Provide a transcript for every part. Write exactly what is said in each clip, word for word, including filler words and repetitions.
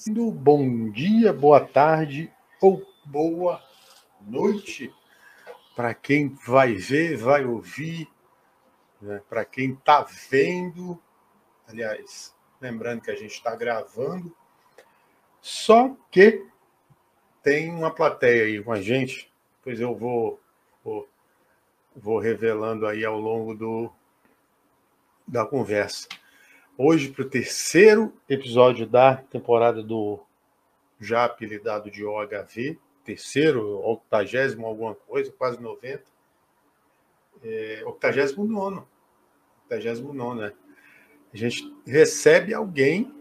Bom dia, boa tarde ou boa noite para quem vai ver, vai ouvir, né? Para quem está vendo. Aliás, lembrando que a gente está gravando, só que tem uma plateia aí com a gente, pois eu vou, vou, vou revelando aí ao longo do, da conversa. Hoje, para o terceiro episódio da temporada do já apelidado de O H V, terceiro, octagésimo, alguma coisa, quase noventa, é, octagésimo nono, octagésimo nono, né? A gente recebe alguém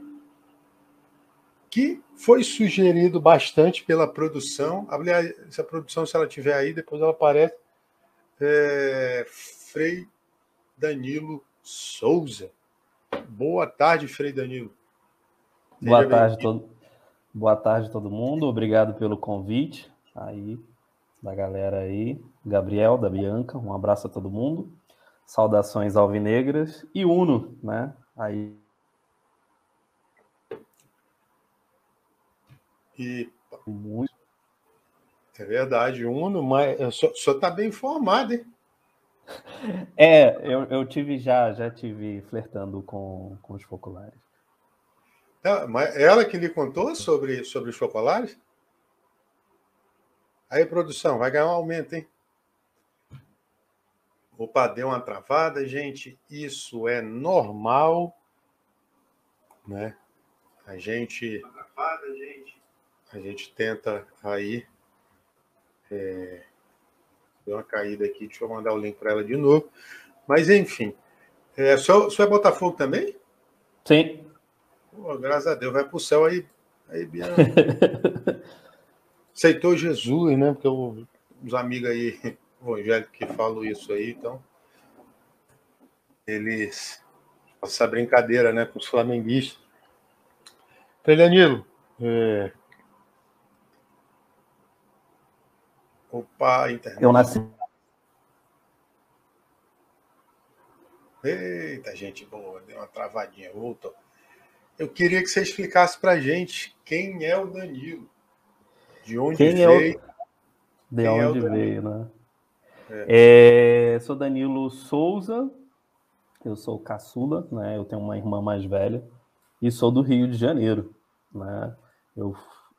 que foi sugerido bastante pela produção. Aliás, essa produção, se ela tiver aí, depois ela aparece. É, Frei Danilo Souza. Boa tarde, Frei Danilo. Boa tarde, todo... Boa tarde, todo mundo. Obrigado pelo convite aí da galera aí. Gabriel, da Bianca, um abraço a todo mundo. Saudações alvinegras e Uno, né? Aí. E... Muito. É verdade, Uno, mas o senhor está bem informado, hein? É, eu, eu tive já, já tive flertando com, com os focolares. Não, mas ela que lhe contou sobre, sobre os focolares? Aí, produção, vai ganhar um aumento, hein? Opa, deu uma travada, gente. Isso é normal, né? A gente, a gente tenta aí. É, deu uma caída aqui, deixa eu mandar o link para ela de novo. Mas, enfim. É, só, só é Botafogo também? Sim. Pô, graças a Deus, vai pro céu aí, aí Bianca. Aceitou Jesus, né? Porque eu, os amigos aí evangélicos que falam isso aí, então eles essa brincadeira, né, com os flamenguistas. Frei Danilo, é... opa, internet. Eu nasci. Eita, gente boa, deu uma travadinha, voltou. Eu queria que você explicasse pra gente quem é o Danilo, de onde quem veio. É o... De quem onde é o veio, né? É. É... Sou Danilo Souza, eu sou caçula, né? Eu tenho uma irmã mais velha e sou do Rio de Janeiro, né? Eu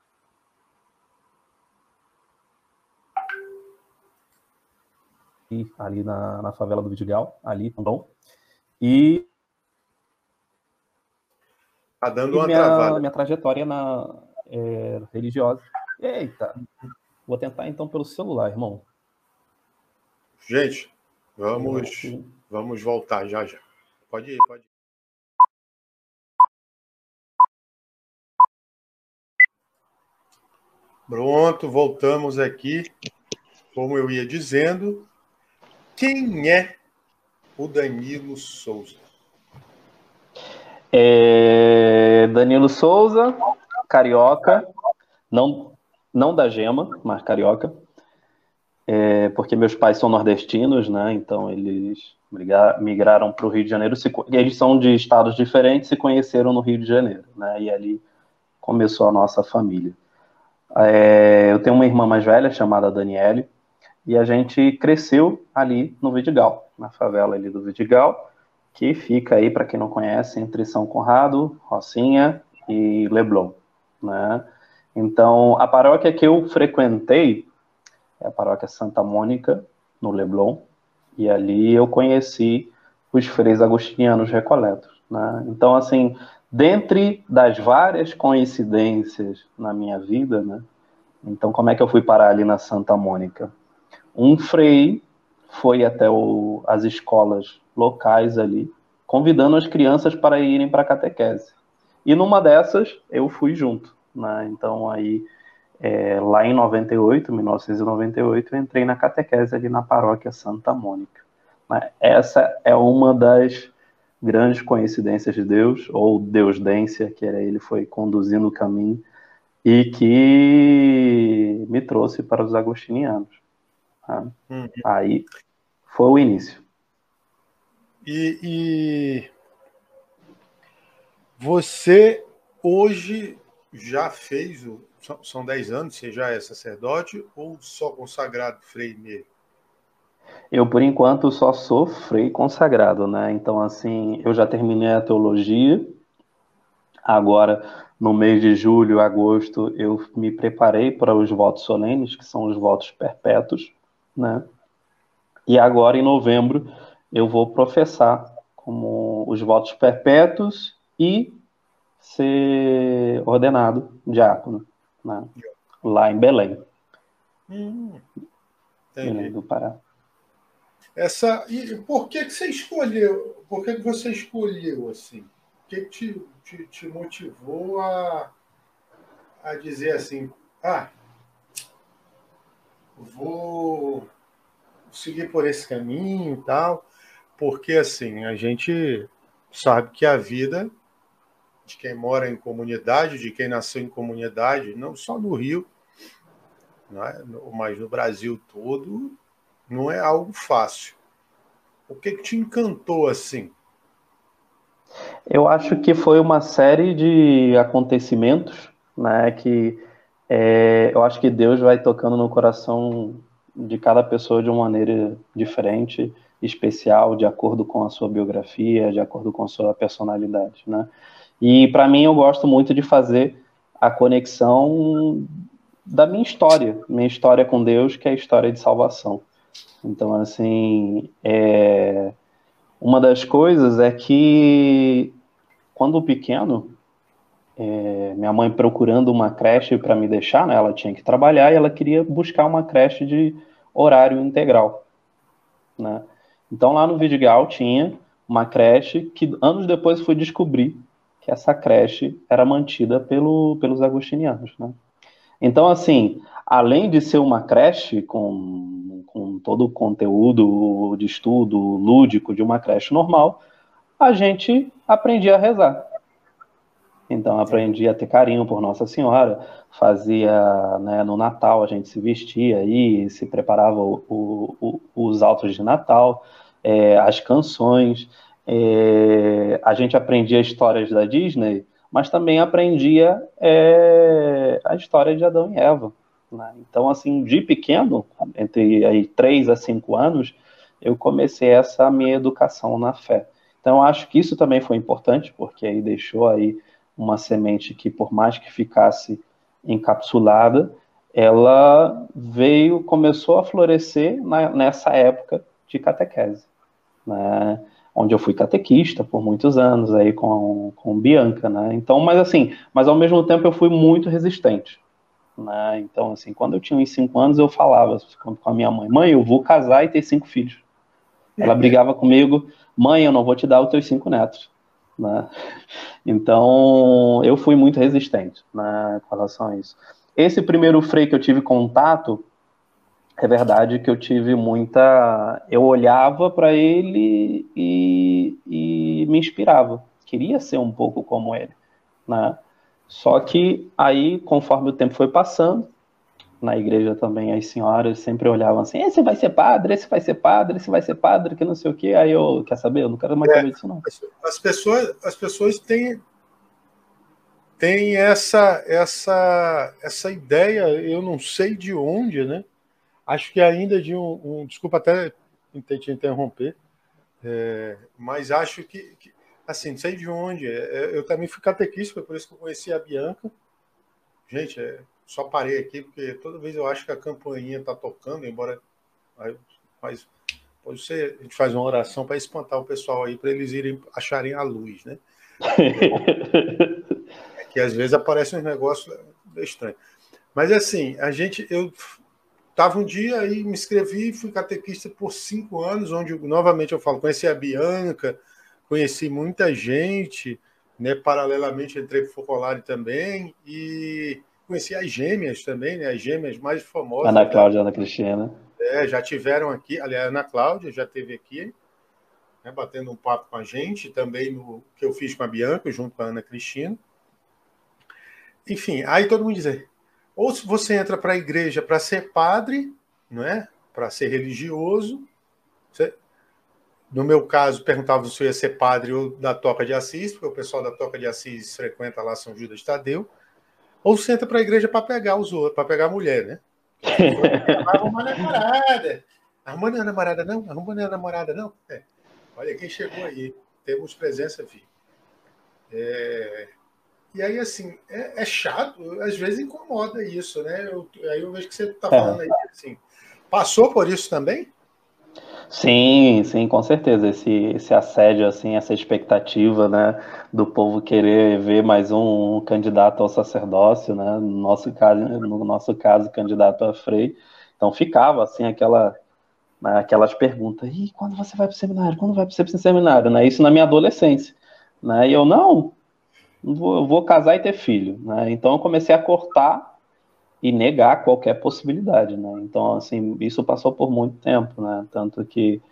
ali na, na favela do Vidigal, ali também. E Tá dando e uma minha, travada. minha trajetória na é, religiosa. Eita, vou tentar então pelo celular, irmão. Gente, vamos, vamos voltar já já. Pode ir, pode ir. Pronto, voltamos aqui. Como eu ia dizendo, quem é o Danilo Souza? É, Danilo Souza, carioca, não, não da Gema, mas carioca, é, porque meus pais são nordestinos, né? Então eles migraram para o Rio de Janeiro. Se, eles são de estados diferentes, se conheceram no Rio de Janeiro, né? E ali começou a nossa família. É, eu tenho uma irmã mais velha chamada Daniele, e a gente cresceu ali no Vidigal, na favela ali do Vidigal, que fica aí, para quem não conhece, entre São Conrado, Rocinha e Leblon, né? Então, a paróquia que eu frequentei é a paróquia Santa Mônica, no Leblon, e ali eu conheci os freis agostinianos recoletos, né? Então, assim, dentre das várias coincidências na minha vida, né? Então, como é que eu fui parar ali na Santa Mônica? Um frei foi até o, as escolas locais ali, convidando as crianças para irem para a catequese. E numa dessas, eu fui junto, né? Então, aí, é, lá em noventa e oito, mil novecentos e noventa e oito, eu entrei na catequese ali na paróquia Santa Mônica. Essa é uma das grandes coincidências de Deus, ou Deusdência, que era ele foi conduzindo o caminho, e que me trouxe para os agostinianos. Tá? Uhum. Aí foi o início. E, e você hoje já fez, o, são, são dez anos, você já é sacerdote ou só consagrado frei mesmo? Eu, por enquanto, só sou frei consagrado, né? Então, assim, eu já terminei a teologia. Agora, no mês de julho, agosto, eu me preparei para os votos solenes, que são os votos perpétuos, né? E agora, em novembro, eu vou professar como os votos perpétuos e ser ordenado diácono, né? Lá em Belém, Hum, Belém entendi. do Pará. Essa, e por que, que você escolheu? Por que, que você escolheu assim? O que, que te, te, te motivou a, a dizer assim, ah, vou seguir por esse caminho e tal? Porque assim, a gente sabe que a vida de quem mora em comunidade, de quem nasceu em comunidade, não só no Rio, né, mas no Brasil todo, não é algo fácil. O que, que te encantou assim? Eu acho que foi uma série de acontecimentos, né, que é, eu acho que Deus vai tocando no coração de cada pessoa de uma maneira diferente, especial, de acordo com a sua biografia, de acordo com a sua personalidade, né? E para mim eu gosto muito de fazer a conexão da minha história, minha história com Deus, que é a história de salvação. Então, assim, é, uma das coisas é que quando pequeno, é, minha mãe procurando uma creche para me deixar, né? Ela tinha que trabalhar e ela queria buscar uma creche de horário integral, né? Então lá no Vidigal tinha uma creche que anos depois fui descobrir que essa creche era mantida pelo, pelos agostinianos, né? Então, assim, além de ser uma creche com, com todo o conteúdo de estudo lúdico de uma creche normal, a gente aprendia a rezar. Então, aprendi a ter carinho por Nossa Senhora, fazia, né, no Natal, a gente se vestia aí, se preparava o, o, o, os autos de Natal, é, as canções, é, a gente aprendia histórias da Disney, mas também aprendia é, a história de Adão e Eva, né? Então, assim, de pequeno, entre aí, três a cinco anos, eu comecei essa minha educação na fé. Então, acho que isso também foi importante, porque aí deixou aí uma semente que, por mais que ficasse encapsulada, ela veio, começou a florescer na, nessa época de catequese, né? Onde eu fui catequista por muitos anos aí com, com Bianca, né? Então, mas assim, mas ao mesmo tempo eu fui muito resistente, né? Então, assim, quando eu tinha uns cinco anos, eu falava com a minha mãe: mãe, eu vou casar e ter cinco filhos. Ela brigava comigo: mãe, eu não vou te dar os teus cinco netos, né? Então, eu fui muito resistente, né, com relação a isso. Esse primeiro frei que eu tive contato, é verdade que eu tive muita. Eu olhava para ele e, e me inspirava. Queria ser um pouco como ele, né? Só que aí, conforme o tempo foi passando, na igreja também as senhoras sempre olhavam assim: esse vai ser padre, esse vai ser padre, esse vai ser padre, que não sei o quê. Aí eu, quer saber? Eu não quero mais É, saber disso, não. as pessoas, as pessoas têm, têm essa, essa, essa ideia, eu não sei de onde, né? Acho que ainda de um, um desculpa até te interromper, é, mas acho que, que, assim, não sei de onde. É, eu também fui catequista, foi por isso que eu conheci a Bianca. Gente, é, só parei aqui porque toda vez eu acho que a campainha está tocando, embora. Mas pode ser, a gente faz uma oração para espantar o pessoal aí, para eles irem acharem a luz, né? É que às vezes aparecem uns negócios estranhos. Mas assim, a gente, eu estava um dia e me inscrevi, fui catequista por cinco anos, onde novamente eu falo, conheci a Bianca, conheci muita gente, né? Paralelamente entrei para o Focolare também e conheci as gêmeas também, né? As gêmeas mais Ana famosas da, Cláudia, Ana Cristina. é, já tiveram aqui, aliás, a Ana Cláudia já esteve aqui, né, batendo um papo com a gente, também no que eu fiz com a Bianca, junto com a Ana Cristina. Enfim, aí todo mundo diz, ou se você entra para a igreja para ser padre, não é? Para ser religioso. Você, no meu caso, perguntava se eu ia ser padre ou da Toca de Assis, porque o pessoal da Toca de Assis frequenta lá São Judas Tadeu. ou senta para a igreja para pegar os outros, para pegar a mulher, né? Se for, arruma uma namorada. Arruma uma namorada, não? Arruma uma namorada, não? É. Olha quem chegou aí. Temos presença, filho. É... E aí, assim, é, é chato, às vezes incomoda isso, né? Eu, aí eu vejo que você está falando aí, assim. Passou por isso também? Sim, sim, com certeza. Esse, esse assédio, assim, essa expectativa, né, do povo querer ver mais um, um candidato ao sacerdócio, né? No nosso caso, no nosso caso, candidato a frei. Então ficava assim aquela, né, aquelas perguntas: e quando você vai para o seminário? Quando vai para o seminário? Né? Isso na minha adolescência, né? E eu não, não vou, eu vou casar e ter filho, né? Então eu comecei a cortar e negar qualquer possibilidade, né? Então, assim, isso passou por muito tempo, né? Tanto que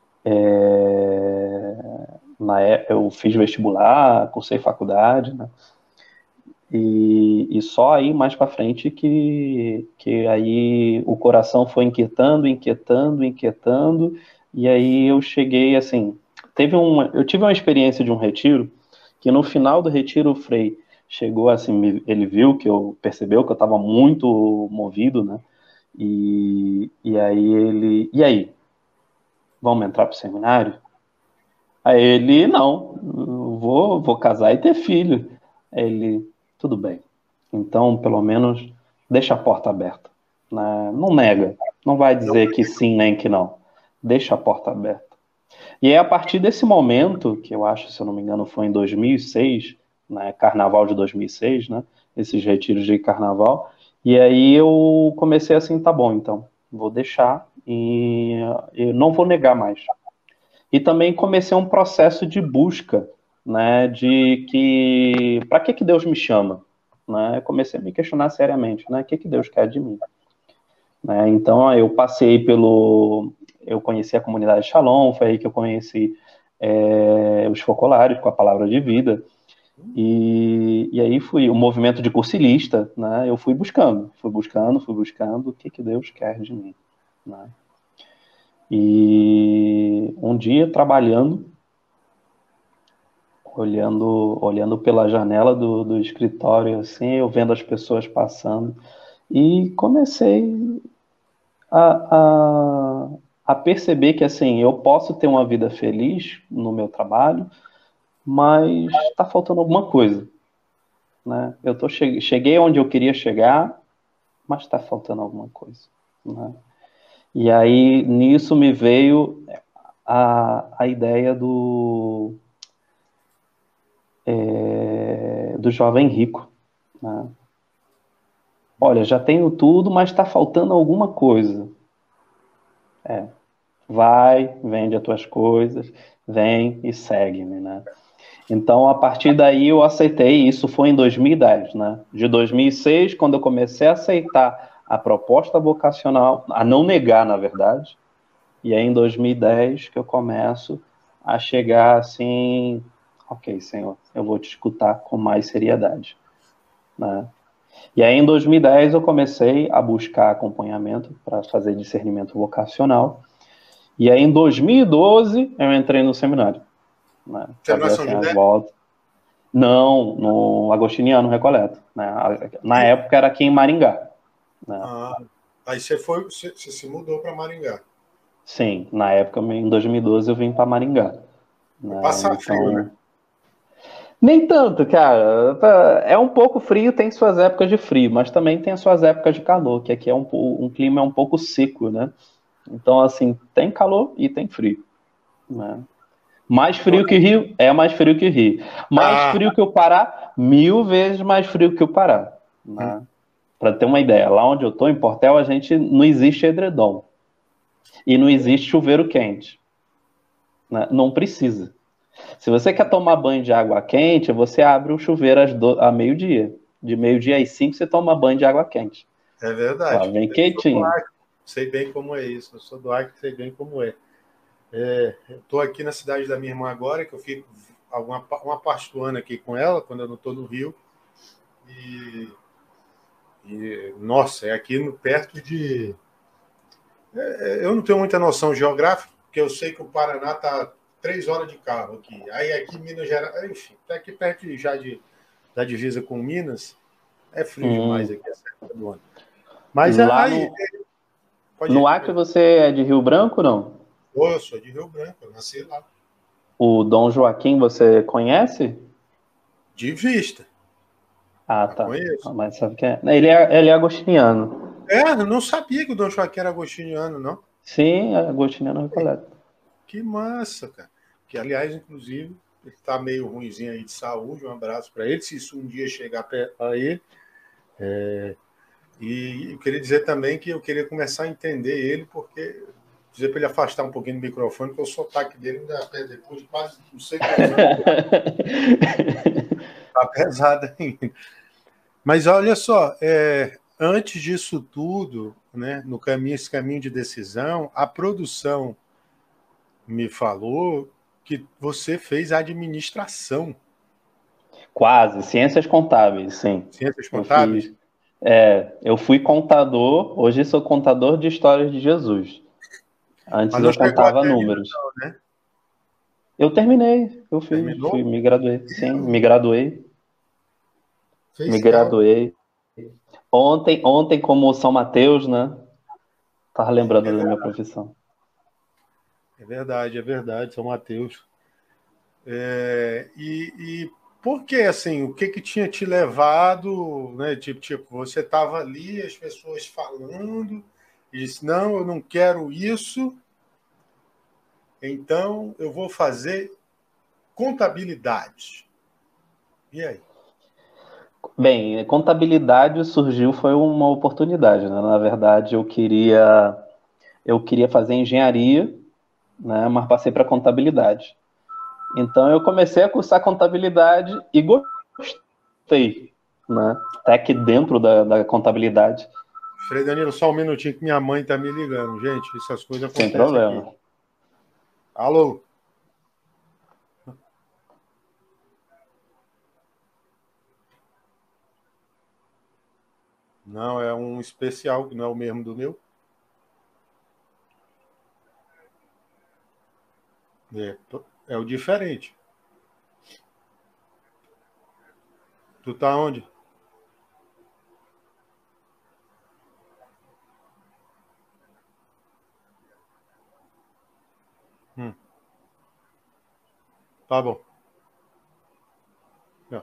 é, na época eu fiz vestibular, cursei faculdade, né? E, e só aí mais para frente que, que aí o coração foi inquietando, inquietando, inquietando, e aí eu cheguei assim, teve uma, eu tive uma experiência de um retiro, que no final do retiro o Frei chegou assim, ele viu que eu, percebeu que eu estava muito movido, né, e, e aí ele, e aí, vamos entrar para o seminário? Aí ele, não, vou, vou casar e ter filho. Aí ele, tudo bem. Então, pelo menos, deixa a porta aberta. Né? Não nega. Não vai dizer que sim nem que não. Deixa a porta aberta. E é a partir desse momento, que eu acho, se eu não me engano, foi em dois mil e seis, né? Carnaval de dois mil e seis, né? Esses retiros de carnaval. E aí eu comecei assim, tá bom, então, vou deixar e eu não vou negar mais. E também comecei um processo de busca, né, de que para que que Deus me chama, né? Eu comecei a me questionar seriamente, né? O que que Deus quer de mim, né? Então eu passei pelo, eu conheci a comunidade Shalom, foi aí que eu conheci é, os focolares com a palavra de vida. E, e aí fui o movimento de cursilista, né? Eu fui buscando, fui buscando, fui buscando o que que Deus quer de mim, né? E um dia trabalhando, olhando, olhando pela janela do, do escritório, assim, eu vendo as pessoas passando, e comecei a, a, a perceber que, assim, eu posso ter uma vida feliz no meu trabalho, mas está faltando alguma coisa, né? Eu tô, cheguei onde eu queria chegar, mas está faltando alguma coisa, né? E aí, nisso me veio a, a ideia do, é, do jovem rico, né? Olha, já tenho tudo, mas está faltando alguma coisa. É, vai, vende as tuas coisas, vem e segue-me, né? Então, a partir daí eu aceitei, isso foi em dois mil e dez, né? De dois mil e seis, quando eu comecei a aceitar a proposta vocacional, a não negar, na verdade, e aí em dois mil e dez que eu começo a chegar assim, ok, Senhor, eu vou te escutar com mais seriedade, né? E aí, em dois mil e dez, eu comecei a buscar acompanhamento para fazer discernimento vocacional. E aí, em dois mil e doze, eu entrei no seminário, né? Você não é Fazer São assim as José? voltas. Não, no Agostiniano Recoleto, né? Na época era aqui em Maringá, né? Ah, aí você foi, você, você se mudou para Maringá. Sim, na época, em dois mil e doze, eu vim para Maringá, Foi né? passar frio, né? Então, nem tanto, cara. É um pouco frio, tem suas épocas de frio, mas também tem as suas épocas de calor, que aqui é um, um clima é um pouco seco, né? Então, assim, tem calor e tem frio, né? Mais frio que Rio é mais frio que Rio. Mais Ah, frio que o Pará, mil vezes mais frio que o Pará, hum. né? Para ter uma ideia, lá onde eu tô, em Portel, a gente não existe edredom e não existe chuveiro quente, né? Não precisa. Se você quer tomar banho de água quente, você abre o chuveiro às do... a meio-dia. De meio-dia às cinco, você toma banho de água quente. É Lá verdade. vem Eu sou do quentinho. Acre, sei bem como é isso. Eu sou do Acre, sei bem como é. É, estou aqui na cidade da minha irmã agora, que eu fico alguma, uma parte do ano aqui com ela, quando eu não estou no Rio. E, e, nossa, é aqui no, perto de... É, eu não tenho muita noção geográfica, porque eu sei que o Paraná está três horas de carro aqui. Aí aqui Minas Gerais, enfim, está aqui perto de, já de, da divisa com Minas. É frio Hum. demais aqui essa época do ano. Mas Lá aí. no, Pode no ir. Acre você é de Rio Branco, não? Pô, eu sou de Rio Branco, eu nasci lá. O Dom Joaquim você conhece? De vista. Ah, Eu tá. conheço. Ah, mas sabe que é? Ele é, ele é agostiniano. É, eu não sabia que o Dom Joaquim era agostiniano, não. Sim, é agostiniano Recoleto. Que massa, cara. Que, aliás, inclusive, ele tá meio ruinzinho aí de saúde. Um abraço para ele, se isso um dia chegar a ele. É... E eu queria dizer também que eu queria começar a entender ele, porque dizer para ele afastar um pouquinho do microfone, porque o sotaque dele ainda depois de quase não sei quantos anos. Tá pesado ainda. Mas olha só, é, antes disso tudo, né, no caminho, esse caminho de decisão, a produção me falou que você fez administração. Quase, ciências contábeis, sim. Ciências Eu contábeis? fiz. É, eu fui contador, hoje sou contador de histórias de Jesus. Mas Antes não eu chegou a contava terminar, números. não, né? Eu terminei, eu fiz, fui, Terminou? me graduei, sim, me Meu, graduei, me fez calça. graduei. Ontem, ontem como São Mateus, né? Tava lembrando da minha profissão. É verdade, é verdade, São Mateus. É, e, e por que, assim, o que que tinha te levado, né? Tipo, tipo você estava ali, as pessoas falando, e disse, não, eu não quero isso, então eu vou fazer contabilidade. E aí? Bem, contabilidade surgiu, foi uma oportunidade, né? Na verdade, eu queria, eu queria fazer engenharia, né? Mas passei para contabilidade. Então eu comecei a cursar contabilidade e gostei, né? Até que dentro da, da contabilidade, Frei Danilo, só um minutinho que minha mãe tá me ligando. Gente, essas coisas sem acontecem aqui. problema. Alô? Não, é um especial, que não é o mesmo do meu. É, é o diferente. Tu tá onde? Hum, tá bom. Ó.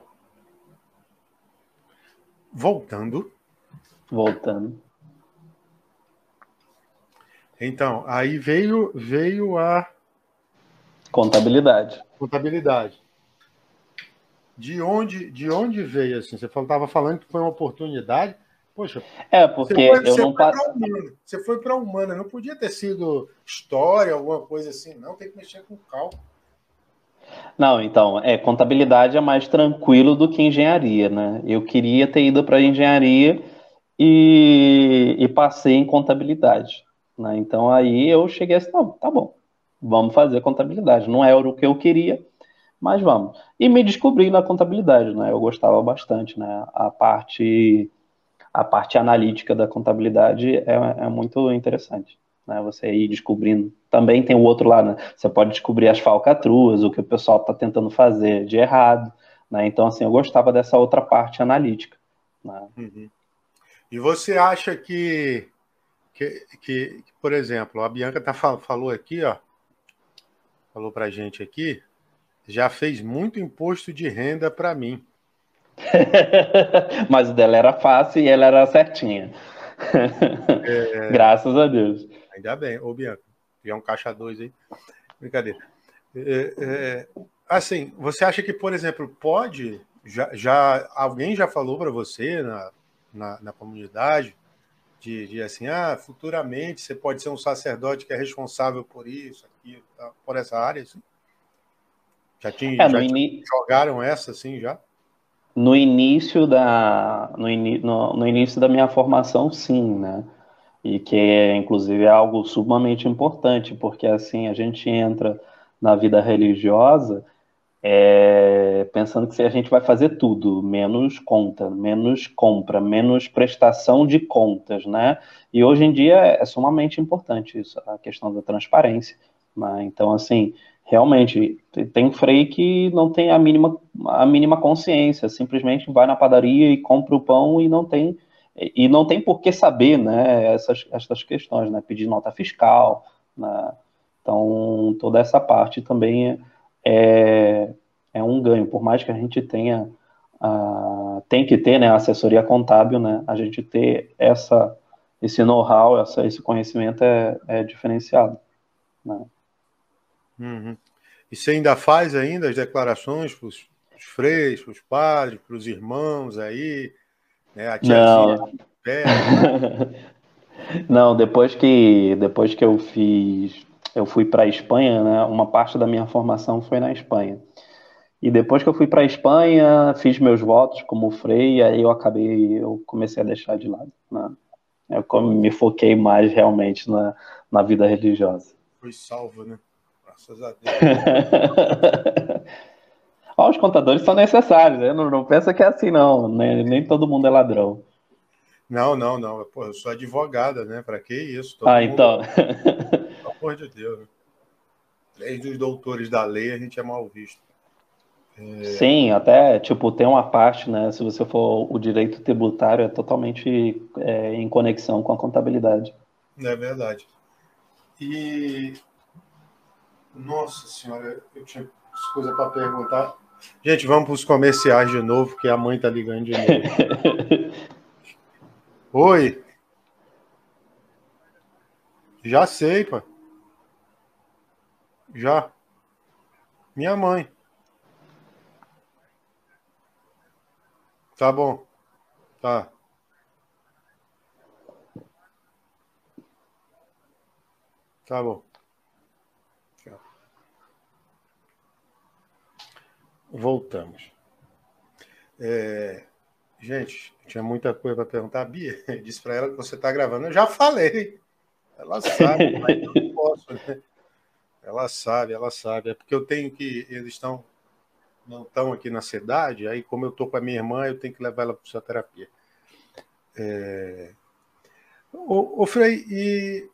Voltando. Voltando. Então, aí veio, veio a Contabilidade. contabilidade. De onde, de onde veio assim? Você estava falando que foi uma oportunidade. Poxa, É, você porque foi, eu você não. foi Pa- para humana. Você foi para humana. Não podia ter sido história, alguma coisa assim, não. Tem que mexer com cálculo. Não, então, é, contabilidade é mais tranquilo do que engenharia, né? Eu queria ter ido para engenharia e, e passei em contabilidade, né? Então aí eu cheguei assim, não, tá bom, vamos fazer contabilidade. Não era o que eu queria, mas vamos. E me descobri na contabilidade, né? Eu gostava bastante, né? A parte, a parte analítica da contabilidade é, é muito interessante, né? Você ir descobrindo. Também tem o outro lado, né? Você pode descobrir as falcatruas, o que o pessoal está tentando fazer de errado, né? Então, assim, eu gostava dessa outra parte analítica, né? Uhum. E você acha que, que, que, por exemplo, a Bianca tá, falou aqui, ó, falou para gente aqui, já fez muito imposto de renda para mim. Mas o dela era fácil e ela era certinha. É, Graças a Deus. ainda bem, ô Bianca, tiver um caixa dois aí, brincadeira. É, é, assim, você acha que, por exemplo, pode, já, já alguém já falou para você na, na, na comunidade, de, de assim, ah, futuramente você pode ser um sacerdote que é responsável por isso, aquilo, tá, por essa área, assim? Já te, É, no, já te ini jogaram essa, assim, já? no início da no, ini no, no início da minha formação, sim, né? E que é, inclusive, é algo sumamente importante, porque assim a gente entra na vida religiosa é, pensando que a gente vai fazer tudo, menos conta, menos compra, menos prestação de contas, né? E hoje em dia é sumamente importante isso, a questão da transparência, né? Então, assim, realmente, tem freio que não tem a mínima, a mínima consciência, simplesmente vai na padaria e compra o pão e não tem, e não tem por que saber, né, essas, essas questões, né, pedir nota fiscal, né, então toda essa parte também é, é um ganho, por mais que a gente tenha, a, tem que ter, né, a assessoria contábil, né, a gente ter essa, esse know-how, essa, esse conhecimento é, é diferenciado, né. Uhum. E você ainda faz ainda as declarações para os freios, para os padres, para os irmãos aí, né? A tiazinha Não. pede. Não, depois que depois que eu fiz, eu fui para a Espanha, né? Uma parte da minha formação foi na Espanha. E depois que eu fui para a Espanha, fiz meus votos como frei, e aí eu acabei, eu comecei a deixar de lado, né? Eu como me foquei mais realmente na, na vida religiosa. Foi salvo, né? Graças a Deus. Ó, os contadores são necessários, né? Não, não pensa que é assim, não. Nem, nem todo mundo é ladrão. Não, não, não. Pô, eu sou advogada, né? Para que isso? Todo Ah, mundo, então. pelo amor de Deus, né? Desde os doutores da lei a gente é mal visto. É... Sim, até, tipo, tem uma parte, né? Se você for o direito tributário, é totalmente é, em conexão com a contabilidade. É verdade. E nossa senhora, eu tinha coisa para perguntar. Gente, vamos para os comerciais de novo, que a mãe tá ligando de novo. Oi, já sei, pô. Já. Minha mãe. Tá bom. Tá. Tá bom. Voltamos. É... Gente, tinha muita coisa para perguntar. Bia, disse para ela que você está gravando. Eu já falei. Ela sabe, mas eu não posso, né? Ela sabe, ela sabe. É porque eu tenho que. Eles estão. Não estão aqui na cidade, aí, como eu estou com a minha irmã, eu tenho que levar ela para fisioterapia. É... Ô, ô, Frei, e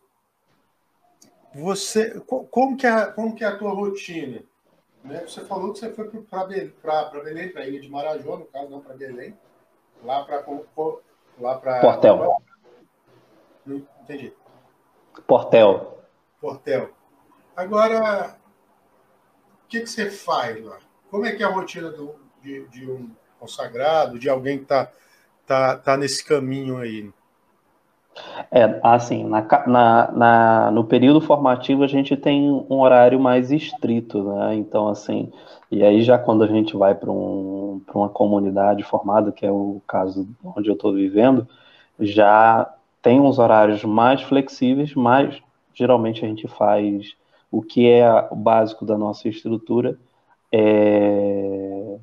você. Como que é, como que é a tua rotina? Né? Você falou que você foi para Belém, para a Ilha de Marajó, no caso, não para Belém. Lá para. Lá para. Portel. Não entendi. Portel. Portel. Agora, o que, que você faz lá? Como é que é a rotina do, de, de um consagrado, de alguém que está tá, tá nesse caminho aí? É, assim, na, na, na, no período formativo a gente tem um horário mais estrito, né? Então, assim, e aí já quando a gente vai para um, para uma comunidade formada, que é o caso onde eu estou vivendo, já tem uns horários mais flexíveis, mas geralmente a gente faz o que é o básico da nossa estrutura, é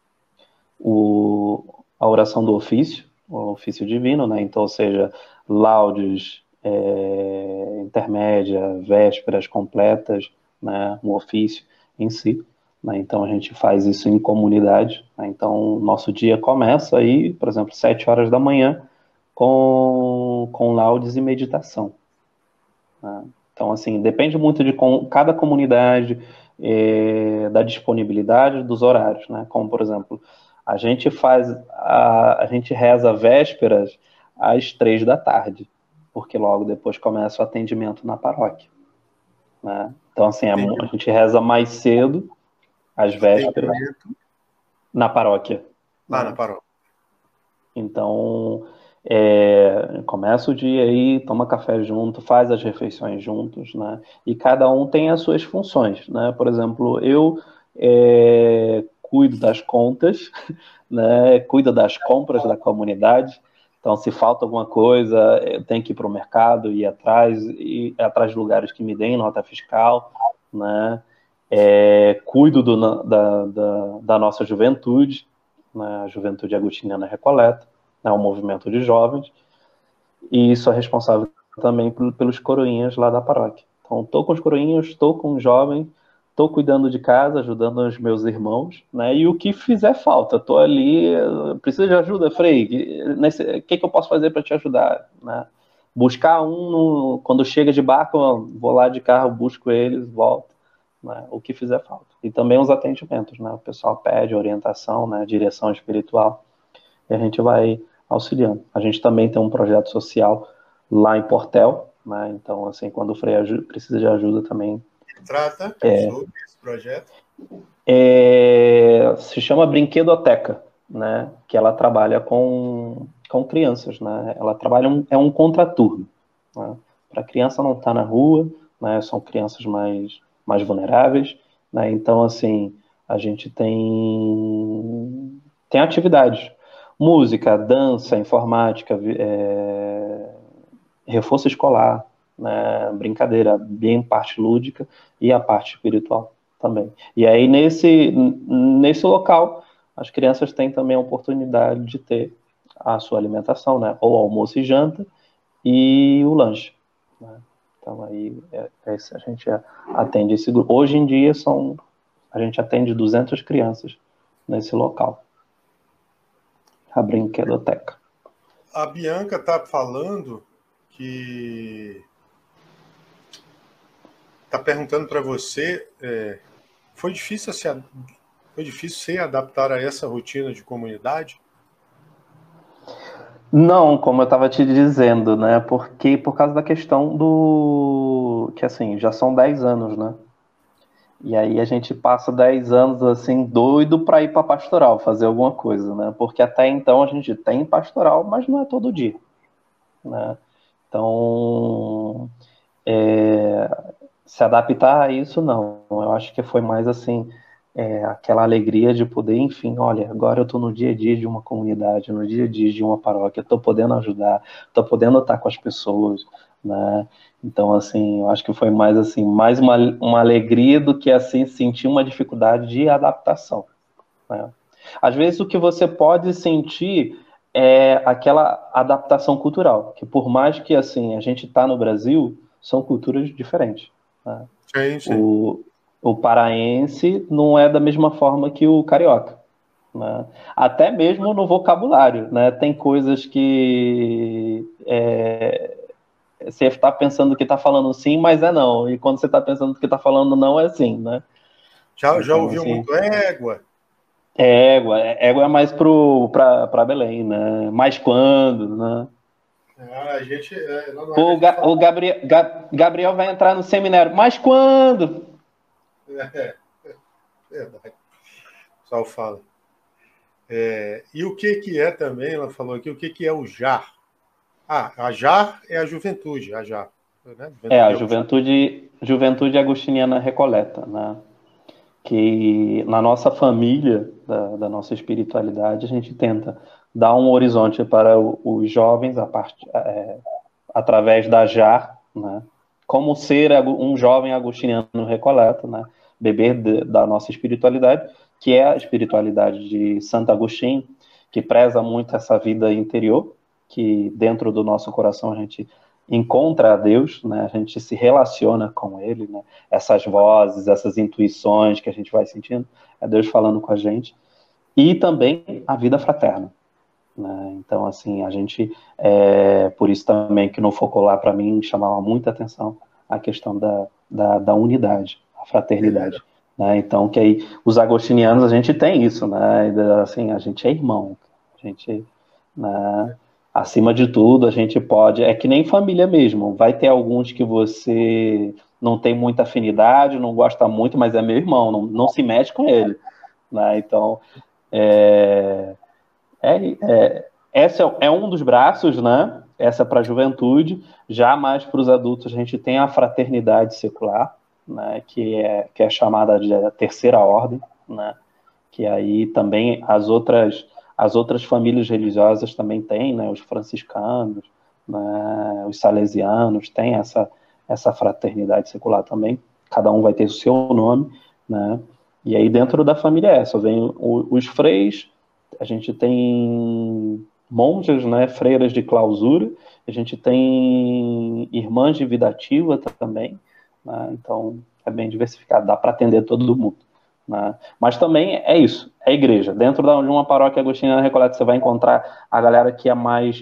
o, a oração do ofício, o ofício divino, né? Então, ou seja, laudes, é, intermédia, vésperas completas, né? O ofício em si. Né? Então, a gente faz isso em comunidade. Né? Então, nosso dia começa aí, por exemplo, sete horas da manhã, com, com laudes e meditação. Né? Então, assim, depende muito de com, cada comunidade, é, da disponibilidade dos horários, né? Como, por exemplo, a gente faz, a, a gente reza vésperas às três da tarde, porque logo depois começa o atendimento na paróquia, né? Então, assim, a, a gente reza mais cedo, às vésperas, na paróquia. Lá Né? na paróquia. Então, é, começa o dia aí, toma café junto, faz as refeições juntos, né? E cada um tem as suas funções, né? Por exemplo, eu é, cuido das contas, né? Cuido das compras da comunidade. Então, se falta alguma coisa, eu tenho que ir para o mercado, ir atrás, ir atrás de lugares que me deem nota fiscal, né? É, cuido do, da, da, da nossa juventude, né? A Juventude Agostiniana Recoleta, né? Um movimento de jovens, e sou responsável também pelos coroinhas lá da paróquia. Então, estou com os coroinhas, estou com os jovens, estou cuidando de casa, ajudando os meus irmãos, né? E o que fizer falta, estou ali, precisa de ajuda, Frei? O que, que eu posso fazer para te ajudar? Né? Buscar um, no, quando chega de barco, vou lá de carro, busco eles, volto. né, o que fizer falta. E também os atendimentos, né? O pessoal pede orientação, né, direção espiritual, e a gente vai auxiliando. A gente também tem um projeto social lá em Portel, né? Então, assim, quando o Frei precisa de ajuda também... Trata é, sobre esse projeto? É, se chama Brinquedoteca, né? Que ela trabalha com, com crianças, né? Ela trabalha um, é um contraturno, né? Para a criança não estar na rua, né? São crianças mais, mais vulneráveis, né? Então, assim, a gente tem tem atividades, música, dança, informática, é, reforço escolar, né? Brincadeira, bem parte lúdica e a parte espiritual também. E aí, nesse, nesse local, as crianças têm também a oportunidade de ter a sua alimentação, né? Ou almoço e janta, e o lanche, né? Então, aí, é, é, a gente atende esse grupo. Hoje em dia, são, a gente atende duzentas crianças nesse local. A Brinquedoteca. A Bianca está falando que... Está perguntando para você... É, foi difícil se foi difícil se adaptar a essa rotina de comunidade? Não, como eu estava te dizendo, né? Porque por causa da questão do que assim, já são dez anos, né? E aí a gente passa dez anos assim doido para ir para pastoral, fazer alguma coisa, né? Porque até então a gente tem pastoral, mas não é todo dia, né? Então, é, se adaptar a isso, não. Eu acho que foi mais assim, é, aquela alegria de poder, enfim, olha, agora eu estou no dia a dia de uma comunidade, no dia a dia de uma paróquia, estou podendo ajudar, estou podendo estar com as pessoas, né? Então, assim, eu acho que foi mais assim, mais uma, uma alegria do que assim sentir uma dificuldade de adaptação, né? Às vezes o que você pode sentir é aquela adaptação cultural, que por mais que assim a gente está no Brasil, são culturas diferentes, né? Sim, sim. O, o paraense não é da mesma forma que o carioca, né? Até mesmo no vocabulário, né? Tem coisas que é, você está pensando que está falando sim, mas é não. E quando você está pensando que está falando não, é sim, né? Já, já Então, ouviu assim, muito égua? é égua. Égua é mais para Belém, né? Mais quando, né? Ah, a gente, é, não, não, a O, gente Ga, fala. o Gabriel, Ga, Gabriel vai entrar no seminário. Mas quando? É, é verdade. O pessoal fala. É, e o que, que é também, ela falou aqui, o que, que é o jar? Ah, a jar é a juventude, a jar. Né? É, a Juventude Agostinho. juventude, juventude agostiniana recoleta, né? Que na nossa família, da, da nossa espiritualidade, a gente tenta dar um horizonte para o, os jovens a part, é, através da J A R, né? Como ser um jovem agostiniano recoleta, né? Beber de, da nossa espiritualidade, que é a espiritualidade de Santo Agostinho, que preza muito essa vida interior, que dentro do nosso coração a gente encontra a Deus, né? A gente se relaciona com Ele, né? Essas vozes, essas intuições que a gente vai sentindo, é Deus falando com a gente. E também a vida fraterna, né? Então, assim, a gente, é, por isso também que no Focolar, para mim, chamava muita atenção a questão da, da, da unidade, a fraternidade, né? Então, que aí, os agostinianos, a gente tem isso, né? Assim, a gente é irmão, a gente, né? Acima de tudo, a gente pode, é que nem família mesmo, vai ter alguns que você não tem muita afinidade, não gosta muito, mas é meu irmão, não, não se mete com ele, né? Então, é, é, é, esse é, é um dos braços, né? Essa é para a juventude. Já mais para os adultos, a gente tem a fraternidade secular, né? Que é, que é chamada de terceira ordem, né? Que aí também as outras, as outras famílias religiosas também têm, né? Os franciscanos, né? Os salesianos têm essa, essa fraternidade secular também. Cada um vai ter o seu nome, né? E aí dentro da família é essa, vem os freis, a gente tem monjas, né, freiras de clausura, a gente tem irmãs de vida ativa também, né, então é bem diversificado, dá para atender todo mundo, né, mas também é isso, é igreja, dentro de uma paróquia agostiniana Recoleta você vai encontrar a galera que é mais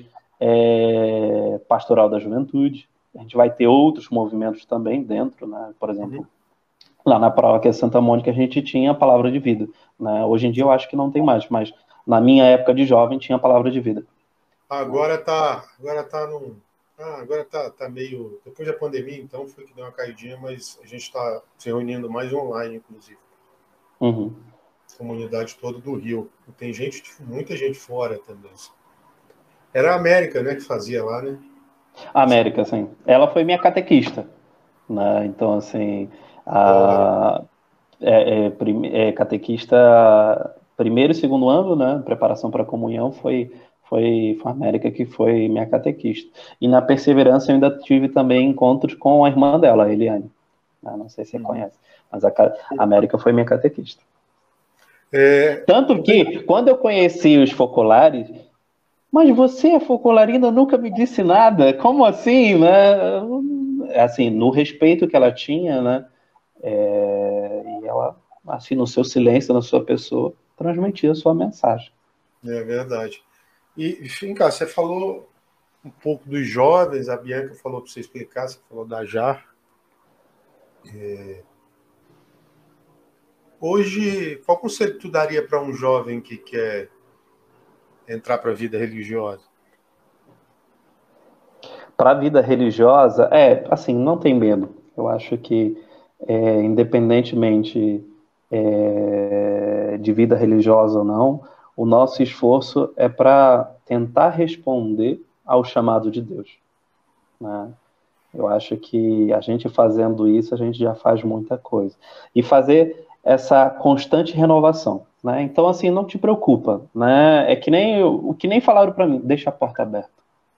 é, pastoral da juventude, a gente vai ter outros movimentos também dentro, né, por exemplo, Lá na paróquia Santa Mônica a gente tinha a palavra de vida, né? Hoje em dia eu acho que não tem mais, mas na minha época de jovem tinha a palavra de vida. Agora tá, agora tá num, ah, agora tá, tá meio, depois da pandemia, então foi que deu uma caidinha, mas a gente está se reunindo mais online, inclusive. Uhum. Comunidade toda do Rio. E tem gente, muita gente fora também. Era a América, né, que fazia lá, né? A América, sim. Ela foi minha catequista, né? Então, assim, Olha, a, é, é, prim- é, catequista primeiro e segundo ano, né? Preparação para a comunhão foi, foi, foi a América que foi minha catequista. E na Perseverança eu ainda tive também encontros com a irmã dela, a Eliane. Ah, não sei se você uhum. conhece, mas a, ca- a América foi minha catequista. É, Tanto que, quando eu conheci os focolares, mas você é focolarina, nunca me disse nada. Como assim, né? Assim, no respeito que ela tinha, né? É, e ela, assim, no seu silêncio, na sua pessoa, transmitia a sua mensagem. é verdade. E, enfim, cara, você falou um pouco dos jovens, a Bianca falou para você explicar, você falou da J A R. É, hoje, qual conselho tu daria para um jovem que quer entrar para a vida religiosa? Para a vida religiosa, é, assim, não tem medo. Eu acho que, é, independentemente é, de vida religiosa ou não, o nosso esforço é para tentar responder ao chamado de Deus, né? Eu acho que a gente fazendo isso, a gente já faz muita coisa. E fazer essa constante renovação, né? Então, assim, não te preocupa, né? É que nem o que nem falaram para mim, deixa a porta aberta.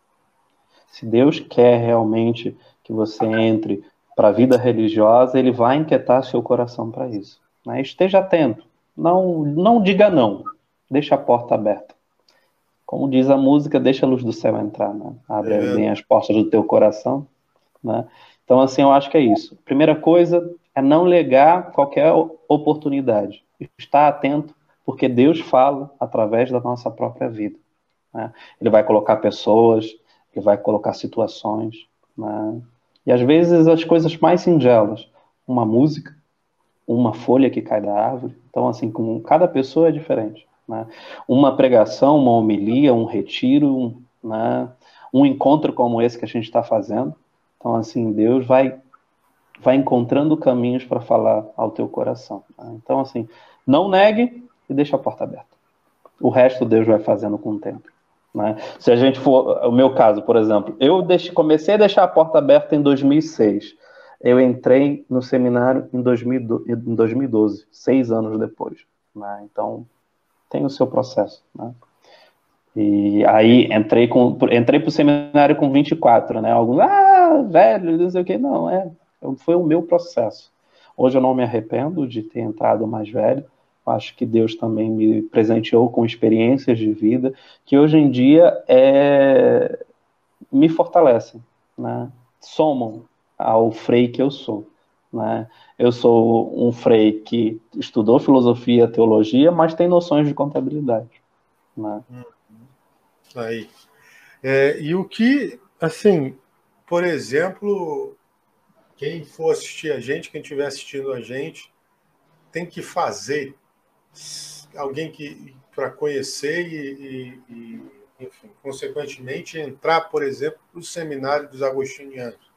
Se Deus quer realmente que você entre para a vida religiosa, ele vai inquietar seu coração para isso, né? Esteja atento. Não, não diga não. Deixa a porta aberta. Como diz a música, deixa a luz do céu entrar, né? Abre É, bem as portas do teu coração, né? Então, assim, eu acho que é isso. Primeira coisa é não negar qualquer oportunidade. Estar atento, porque Deus fala através da nossa própria vida, né? Ele vai colocar pessoas, ele vai colocar situações, né? E às vezes as coisas mais singelas, uma música, uma folha que cai da árvore. Então, assim, com cada pessoa é diferente, né? Uma pregação, uma homilia, um retiro, um, né? Um encontro como esse que a gente está fazendo. Então, assim, Deus vai, vai encontrando caminhos para falar ao teu coração, né? Então, assim, não negue e deixa a porta aberta. O resto Deus vai fazendo com o tempo, né? Se a gente for, o meu caso, por exemplo, eu deixe, comecei a deixar a porta aberta em dois mil e seis. Eu entrei no seminário em dois mil e doze, seis anos depois, né? Então, tem o seu processo, né? E aí entrei com, entrei para o seminário com vinte e quatro, né? Alguns, ah, velho, não sei o que. Não, é, foi o meu processo. Hoje eu não me arrependo de ter entrado mais velho. Acho que Deus também me presenteou com experiências de vida que hoje em dia é, me fortalecem, né? Somam ao frei que eu sou, né? Eu sou um frei que estudou filosofia, teologia, mas tem noções de contabilidade, né? aí. É, e o que, assim, por exemplo, quem for assistir a gente, quem estiver assistindo a gente, tem que fazer alguém que para conhecer e, e, e, enfim, consequentemente entrar, por exemplo, no seminário dos agostinianos.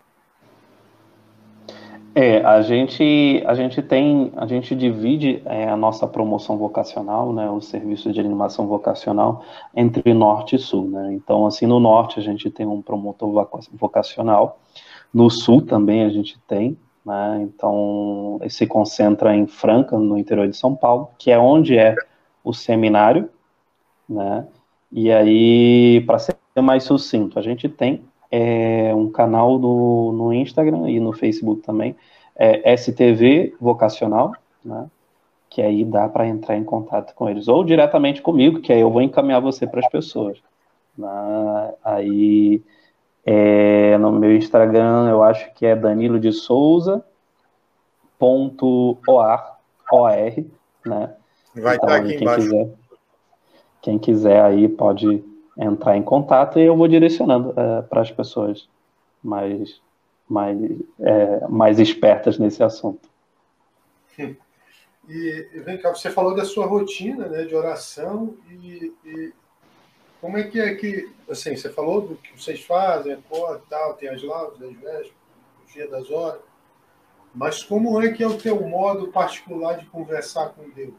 É, a gente, a gente tem, a gente divide é, a nossa promoção vocacional, né, o serviço de animação vocacional entre norte e sul, né? Então, assim, no norte a gente tem um promotor vocacional, no sul também a gente tem, né? Então, ele se concentra em Franca, no interior de São Paulo, que é onde é o seminário, né? E aí, para ser mais sucinto, a gente tem é, um canal no, no Instagram e no Facebook também, é S T V Vocacional, né? Que aí dá para entrar em contato com eles, ou diretamente comigo, que aí eu vou encaminhar você para as pessoas, né? Aí, é, no meu Instagram, eu acho que é danilo de souza ponto or, né? Vai estar Então, aqui aí, quem embaixo. quiser Quem quiser aí pode entrar em contato e eu vou direcionando é, para as pessoas mais, mais, é, mais espertas nesse assunto. E vem cá, você falou da sua rotina, né, de oração e, e como é que é que, assim, você falou do que vocês fazem, acorda, tal, tem as laudas, as vésperas, o dia das horas, mas como é que é o teu modo particular de conversar com Deus?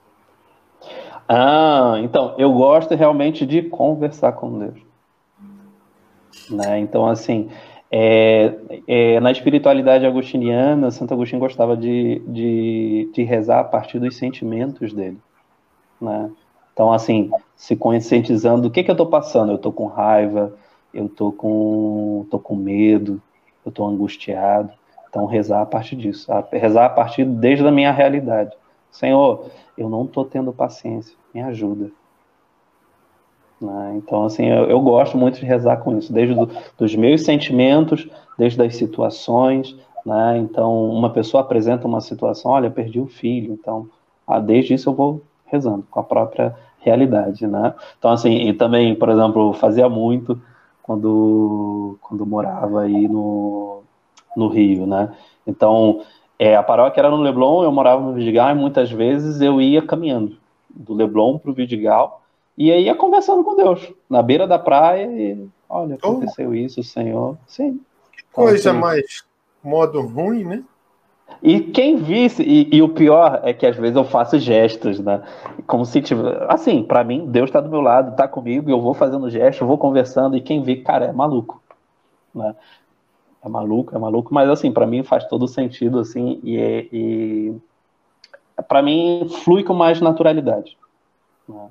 Ah, então, eu gosto realmente de conversar com Deus, né? Então, assim, é, é, na espiritualidade agostiniana, Santo Agostinho gostava de, de, de rezar a partir dos sentimentos dele, né? Então, assim, se conscientizando do que que eu estou passando. Eu estou com raiva, eu estou com, tô com medo, eu estou angustiado. Então, rezar a partir disso, a- rezar a partir desde a minha realidade. Senhor, eu não estou tendo paciência, me ajuda, né? Então, assim, eu, eu gosto muito de rezar com isso, desde do, dos meus sentimentos, desde as situações, né? Então, uma pessoa apresenta uma situação, olha, perdi o filho, então, ah, desde isso eu vou rezando com a própria realidade, né? Então, assim, e também, por exemplo, eu fazia muito quando, quando morava aí no, no Rio, né? Então, é, a paróquia era no Leblon, eu morava no Vidigal, e muitas vezes eu ia caminhando do Leblon para o Vidigal, e aí ia conversando com Deus, na beira da praia, e olha, Então, aconteceu isso, Senhor. Sim. Então, coisa assim, mais modo ruim, né? e quem visse, e, e o pior é que às vezes eu faço gestos, né? Como se tivesse, assim, para mim, Deus está do meu lado, está comigo, eu vou fazendo gesto, vou conversando, e quem vê, cara, é maluco, né? É maluco, é maluco, mas assim, para mim faz todo sentido, assim, e, é- e para mim flui com mais naturalidade, né?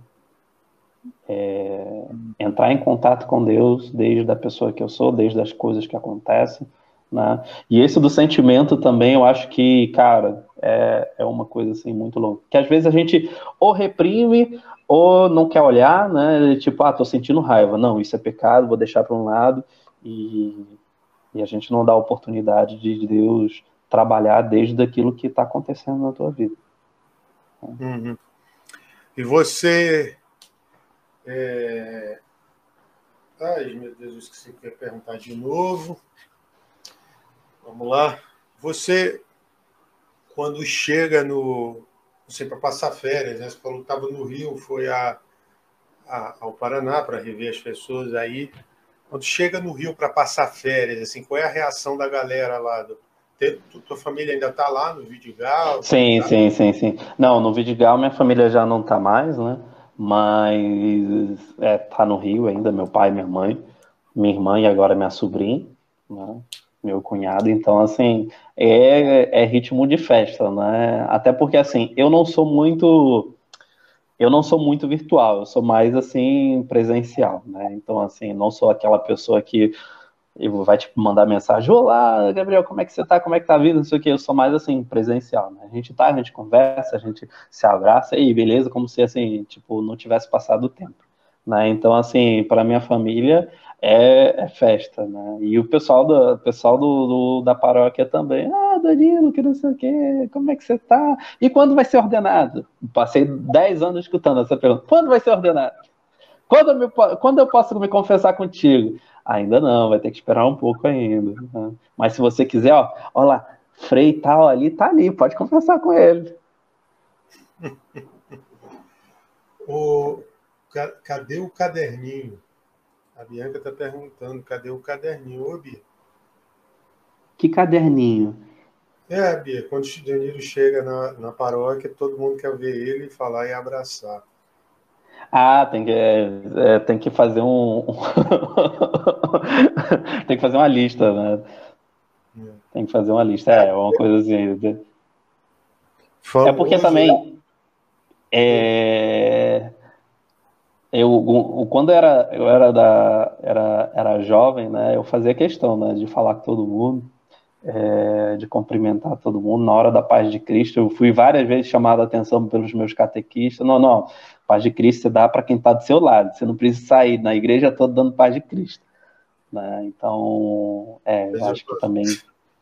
Entrar em contato com Deus desde a pessoa que eu sou, desde as coisas que acontecem, né? E esse do sentimento também, eu acho que, cara, é, é uma coisa assim muito louca. Que às vezes a gente ou reprime ou não quer olhar, né? Tipo, ah, tô sentindo raiva. Não, isso é pecado, vou deixar para um lado. E, e a gente não dá a oportunidade de Deus trabalhar desde aquilo que está acontecendo na tua vida. Uhum. E você. É... Ai, meu Deus, eu esqueci que eu ia perguntar de novo. Vamos lá. Você, quando chega no. Não sei, para passar férias, né? Você falou que estava no Rio, foi a, a, ao Paraná para rever as pessoas aí. Quando chega no Rio para passar férias, assim, qual é a reação da galera lá? Do... Te- tu- Tua família ainda está lá no Vidigal? Tem... Sim, sim, sim, sim. Não, no Vidigal minha família já não tá mais, né? Mas é, tá no Rio ainda, meu pai, minha mãe, minha irmã e agora minha sobrinha, né? Meu cunhado. Então, assim, é, é ritmo de festa, né? Até porque, assim, eu não sou muito, eu não sou muito virtual, eu sou mais, assim, presencial, né? Então, assim, não sou aquela pessoa que e vai tipo mandar mensagem, olá, Gabriel, como é que você tá? Como é que tá a vida? Não sei o que, eu sou mais assim, presencial, né? A gente tá, a gente conversa, a gente se abraça e beleza, como se assim, tipo, não tivesse passado o tempo, né? Então, assim, para minha família é, é festa, né? E o pessoal do o pessoal do, do- da paróquia também, ah, Danilo, que não sei o que, como é que você tá? E quando vai ser ordenado? Passei dez anos escutando essa pergunta, quando vai ser ordenado? Quando eu, me, quando eu posso me confessar contigo? Ainda não, vai ter que esperar um pouco ainda, né? Mas se você quiser, ó, ó lá, Frei tal ali, tá ali, pode confessar com ele. O... ca- Cadê o caderninho? A Bianca está perguntando, cadê o caderninho? Ô, Bia. Que caderninho. É, Bia, quando o Danilo chega na, na paróquia, todo mundo quer ver ele, falar e abraçar. Ah, tem que, é, é, tem que fazer um. Tem que fazer uma lista, né? Tem que fazer uma lista, é, uma coisa assim. É porque Famoso. também. É, eu, o- o- quando eu era, eu era, da, era, era jovem, né? Eu fazia questão, né, de falar com todo mundo. É, de cumprimentar todo mundo na hora da paz de Cristo. Eu fui várias vezes chamado a atenção pelos meus catequistas. Não, não, paz de Cristo você dá para quem está do seu lado. Você não precisa sair na igreja toda dando paz de Cristo, né? Então, é, eu acho que também.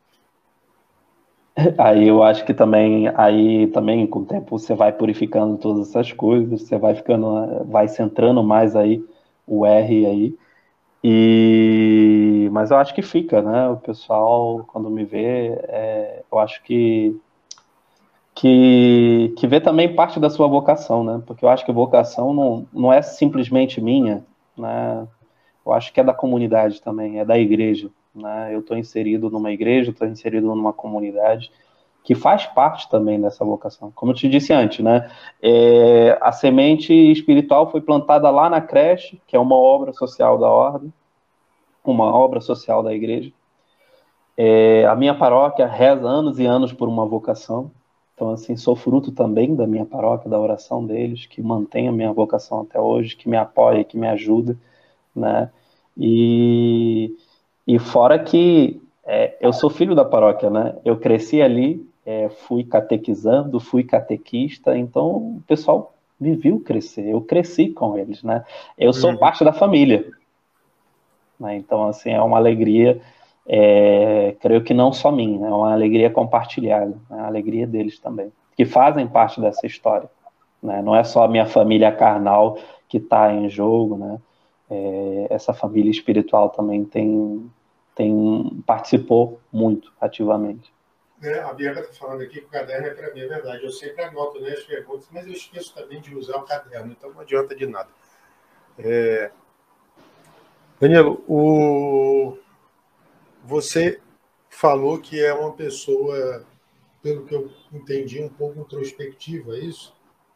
Aí eu acho que também, aí também com o tempo você vai purificando todas essas coisas, você vai ficando, vai centrando mais aí o R aí. E, mas eu acho que fica, né? O pessoal, quando me vê, é, eu acho que que, que vê também parte da sua vocação, né? Porque eu acho que vocação não, não é simplesmente minha, né? Eu acho que é da comunidade também, é da igreja, né? Eu estou inserido numa igreja, estou inserido numa comunidade que faz parte também dessa vocação. Como eu te disse antes, né? É, a semente espiritual foi plantada lá na creche, que é uma obra social da ordem, uma obra social da igreja. É, a minha paróquia reza anos e anos por uma vocação. Então, assim, sou fruto também da minha paróquia, da oração deles, que mantém a minha vocação até hoje, que me apoia, que me ajuda, né? E, e fora que é, eu sou filho da paróquia, né? Eu cresci ali, é, fui catequizando, fui catequista, então o pessoal me viu crescer, eu cresci com eles, né? Eu sou Uhum. parte da família, né? Então, assim, é uma alegria, é, creio que não só minha, é uma alegria compartilhada, é a alegria deles também, que fazem parte dessa história, né? Não é só a minha família carnal que está em jogo, né? É, essa família espiritual também tem, tem participou muito ativamente. É, a Bianca está falando aqui que o caderno é para mim, é verdade. Eu sempre anoto, né, as perguntas, mas eu esqueço também de usar o caderno, então não adianta de nada. É... Danilo, o... você falou que é uma pessoa, pelo que eu entendi, um pouco introspectiva, é isso?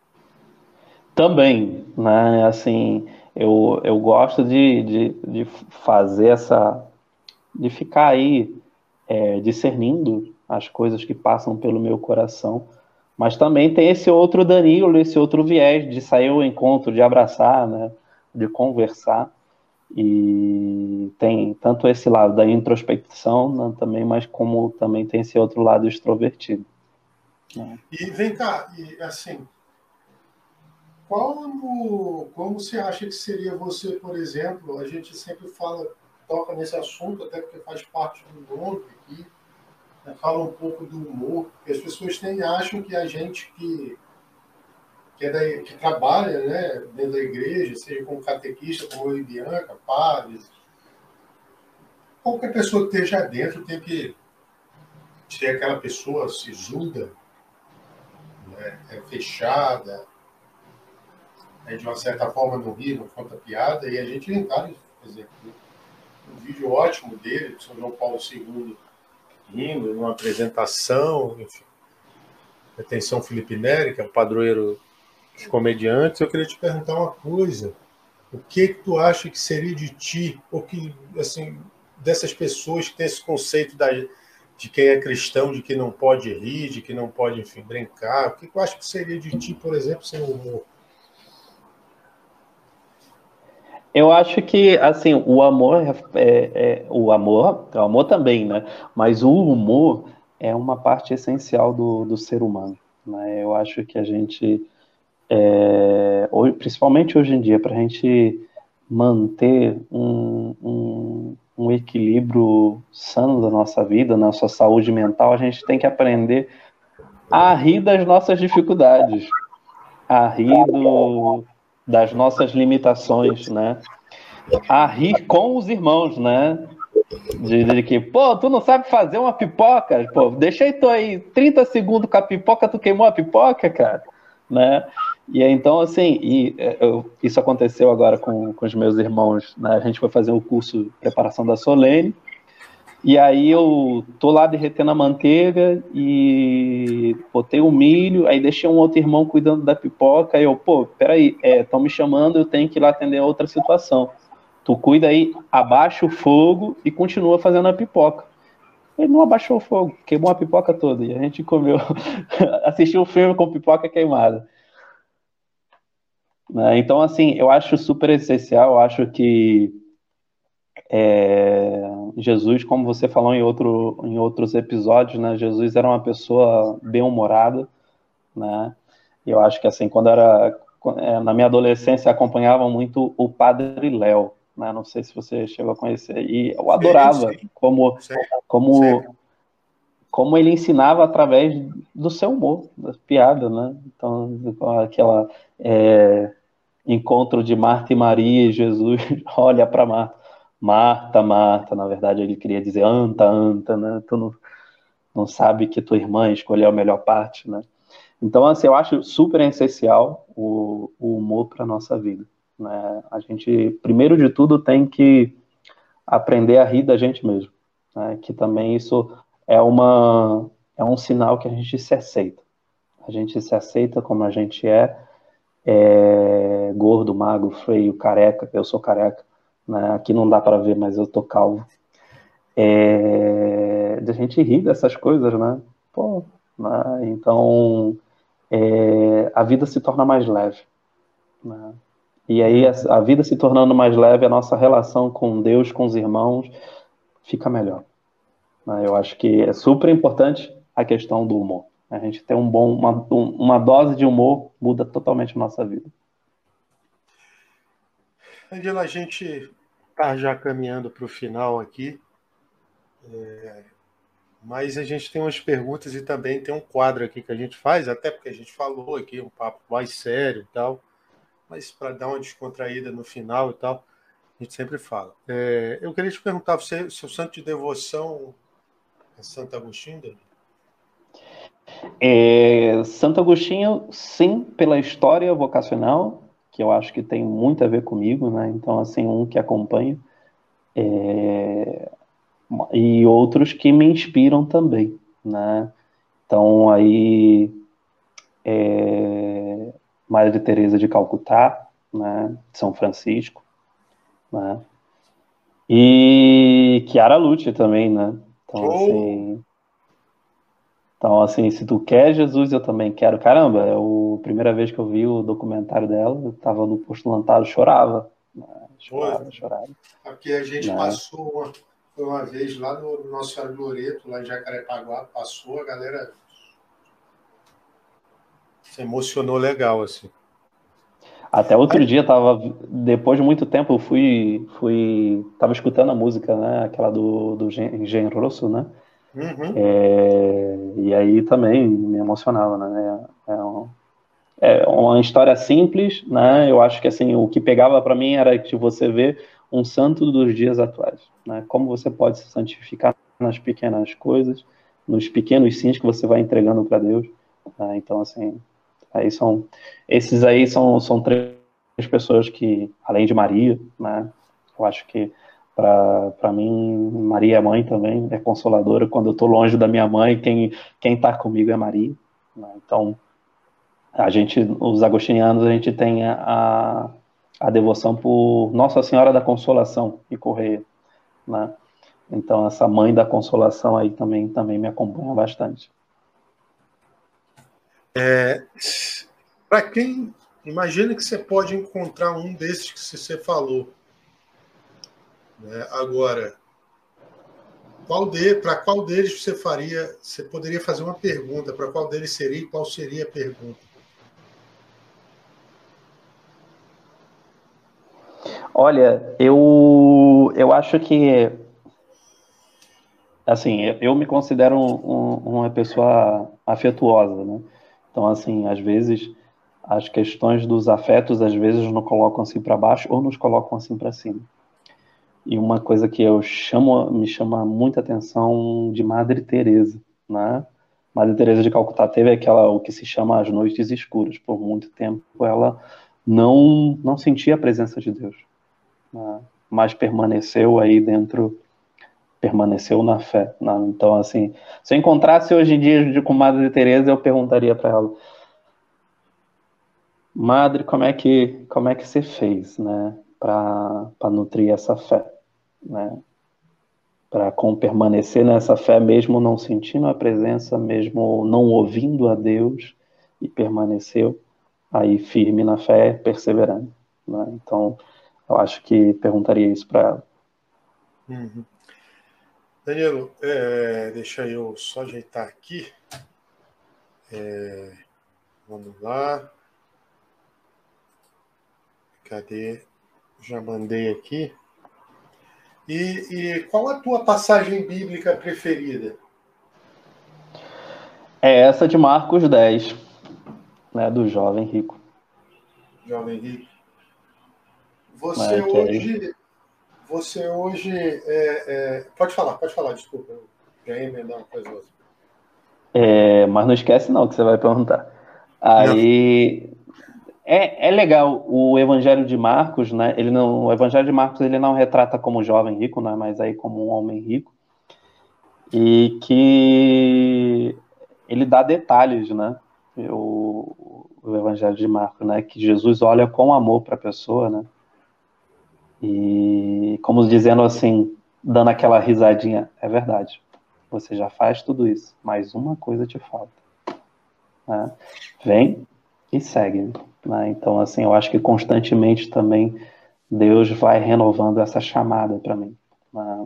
Também, né? Assim, eu, eu gosto de, de, de fazer essa, de ficar aí é, discernindo as coisas que passam pelo meu coração, mas também tem esse outro Danilo, esse outro viés de sair ao encontro, de abraçar, né? De conversar. E tem tanto esse lado da introspecção, né, também, mas como também tem esse outro lado extrovertido, né? E vem cá, e assim, como, como você acha que seria você, por exemplo, a gente sempre fala, toca nesse assunto, até porque faz parte do nome aqui, né, fala um pouco do humor, porque as pessoas têm, acham que a gente que, que, é da, que trabalha, né, dentro da igreja, seja como catequista, como eu e Bianca, padres, qualquer pessoa que esteja dentro tem que ser aquela pessoa sisuda, né, é fechada, é, de uma certa forma não ri, não conta piada, e a gente tem vários, por exemplo, um vídeo ótimo dele, de São João Paulo segundo, rindo, numa apresentação, enfim. Atenção Felipe Neri, que é o padroeiro dos comediantes. Eu queria te perguntar uma coisa. O que que tu acha que seria de ti, ou que, assim, dessas pessoas que têm esse conceito da, de quem é cristão, de que não pode rir, de que não pode, enfim, brincar? O que tu acha que seria de ti, por exemplo, sem humor? Eu acho que, assim, o amor é, é- é- o amor, o amor também, né? Mas o humor é uma parte essencial do, do ser humano, né? Eu acho que a gente, é, hoje- principalmente hoje em dia, para a gente manter um, um, um equilíbrio sano da nossa vida, nossa saúde mental, a gente tem que aprender a rir das nossas dificuldades, a rir do, das nossas limitações, né? A rir com os irmãos, né? De, de que, pô, tu não sabe fazer uma pipoca? Pô, deixei tu aí trinta segundos com a pipoca, tu queimou a pipoca, cara, né? E aí, então, assim, e, é, eu, isso aconteceu agora com, com os meus irmãos, né? A gente foi fazer o curso de preparação da Solene, e aí eu tô lá derretendo a manteiga e botei o milho, aí deixei um outro irmão cuidando da pipoca, aí eu, pô, peraí, estão me chamando, eu tenho que ir lá atender a outra situação. Tu cuida aí, abaixa o fogo e continua fazendo a pipoca. Ele não abaixou o fogo, queimou a pipoca toda. E a gente comeu, assistiu o filme com pipoca queimada, né? Então, assim, eu acho super essencial, eu acho que é, Jesus, como você falou em, outro, em outros episódios, né? Jesus era uma pessoa bem-humorada, né? E eu acho que, assim, quando era... é, na minha adolescência, acompanhava muito o Padre Léo, né? Não sei se você chegou a conhecer. E eu Sim, adorava sim, como, sempre, sempre. como, como ele ensinava através do seu humor, das piadas, né? Então, aquela é, encontro de Marta e Maria e Jesus olha para Marta. Marta, Marta, na verdade ele queria dizer anta, anta, né? Tu não, não sabe que tua irmã escolheu a melhor parte, né? Então, assim, eu acho super essencial o, o humor para a nossa vida, né? A gente, primeiro de tudo, tem que aprender a rir da gente mesmo, né? Que também isso é uma é um sinal que a gente se aceita. A gente se aceita como a gente é, é gordo, magro, feio, careca. Eu sou careca, né? Aqui não dá para ver, mas eu tô calvo. É, de a gente rir dessas coisas, né? Pô, né? Então é, a vida se torna mais leve, né? E aí a, a vida se tornando mais leve, a nossa relação com Deus, com os irmãos, fica melhor, né? Eu acho que é super importante a questão do humor. A gente ter um bom, uma, um- uma dose de humor muda totalmente a nossa vida. Angela, a gente está já caminhando para o final aqui, mas a gente tem umas perguntas e também tem um quadro aqui que a gente faz, até porque a gente falou aqui um papo mais sério e tal, mas para dar uma descontraída no final e tal, a gente sempre fala. É, eu queria te perguntar, você, seu santo de devoção é Santo Agostinho, Dani? É, Santo Agostinho, sim, pela história vocacional, que eu acho que tem muito a ver comigo, né? Então, assim, um que acompanho, é, e outros que me inspiram também, né? Então, aí, é, Madre Teresa de Calcutá, né? São Francisco, né? E Chiara Lute também, né? Então, Ou assim, então, assim, se tu quer Jesus, eu também quero. Caramba, é a primeira vez que eu vi o documentário dela, eu tava no postulantado, chorava, né? Pô, Chorava, chorava, porque a gente né? passou uma, foi uma vez lá no, no Nosso Senhora de Loreto, lá em Jacarepaguá, passou, a galera se emocionou legal, assim. Até outro Aí, dia tava, depois de muito tempo, eu fui, fui, tava escutando a música, né? Aquela do, do Gen- Genrosso, né? uhum. É, e aí também me emocionava, né? É, um- é uma história simples, né? Eu acho que assim o que pegava para mim era que você vê um santo dos dias atuais, né? Como você pode se santificar nas pequenas coisas, nos pequenos sims que você vai entregando para Deus, né? Então assim, aí são esses aí são são três pessoas que além de Maria, né? Eu acho que para para mim Maria é mãe também, é consoladora. Quando eu estou longe da minha mãe, quem quem está comigo é Maria, né? Então a gente, os agostinianos, a gente tem a, a devoção por Nossa Senhora da Consolação e Correia, né? Então essa mãe da consolação aí também também me acompanha bastante. Para quem, imagina que você pode encontrar um desses que você falou, né? Agora, qual de, para qual deles você faria, você poderia fazer uma pergunta, para qual deles seria e qual seria a pergunta? Olha, eu eu acho que assim, eu me considero um, um, uma pessoa afetuosa, né? Então assim, às vezes as questões dos afetos às vezes nos colocam assim para baixo ou nos colocam assim para cima. E uma coisa que eu chamo, me chama muita atenção de Madre Teresa, né? Madre Teresa de Calcutá teve aquela o que se chama as noites escuras. Por muito tempo ela não não sentia a presença de Deus, né? Mas permaneceu aí dentro, permaneceu na fé, né? Então assim, se eu encontrasse hoje em dia com Madre Teresa, eu perguntaria para ela: Madre, como é que como é que você fez, né? Para para nutrir essa fé, né? Para permanecer nessa fé, mesmo não sentindo a presença, mesmo não ouvindo a Deus, e permaneceu aí firme na fé, perseverando, né? Então, eu acho que perguntaria isso para ela. Uhum. Danilo, é, deixa eu só ajeitar aqui. É, vamos lá. Cadê? Já mandei aqui. E, e qual a tua passagem bíblica preferida? É essa de Marcos dez, né, do jovem rico, Jovem Henrique. Você né, que é, hoje, você hoje é, é, pode falar, pode falar, desculpa, eu já ia emendar uma coisa ou outra. é, mas não esquece não que você vai perguntar. Aí é, é legal o Evangelho de Marcos, né? Ele não, o Evangelho de Marcos ele não retrata como jovem rico, né? Mas aí como um homem rico e que ele dá detalhes, né? O, o Evangelho de Marcos, né? Que Jesus olha com amor para a pessoa, né? E como dizendo assim, dando aquela risadinha, é verdade. Você já faz tudo isso, mas uma coisa te falta. Né? Vem e segue. Né? Então, assim, eu acho que constantemente também Deus vai renovando essa chamada para mim. Né?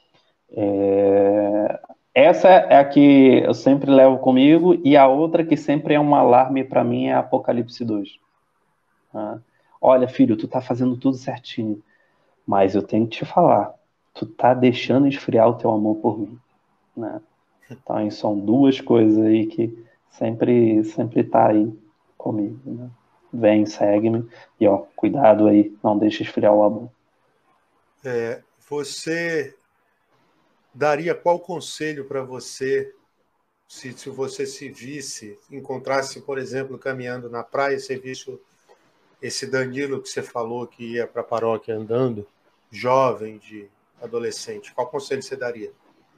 É... Essa é a que eu sempre levo comigo, e a outra que sempre é um alarme para mim é Apocalipse dois. Né? Olha, filho, tu tá fazendo tudo certinho, mas eu tenho que te falar, tu tá deixando esfriar o teu amor por mim. Né? Então, são duas coisas aí que sempre, sempre tá aí comigo, né? Vem, segue-me, e ó, cuidado aí, não deixe esfriar o amor. É, você daria qual conselho para você se, se você se visse, encontrasse, por exemplo, caminhando na praia, você visse esse Danilo que você falou que ia para a paróquia andando, jovem, de adolescente, qual conselho você daria?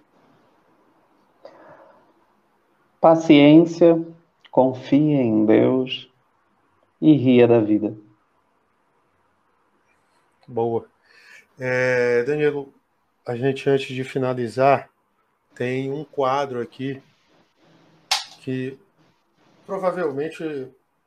Paciência, confie em Deus e ria da vida. Boa. É, Danilo, a gente, antes de finalizar, tem um quadro aqui que provavelmente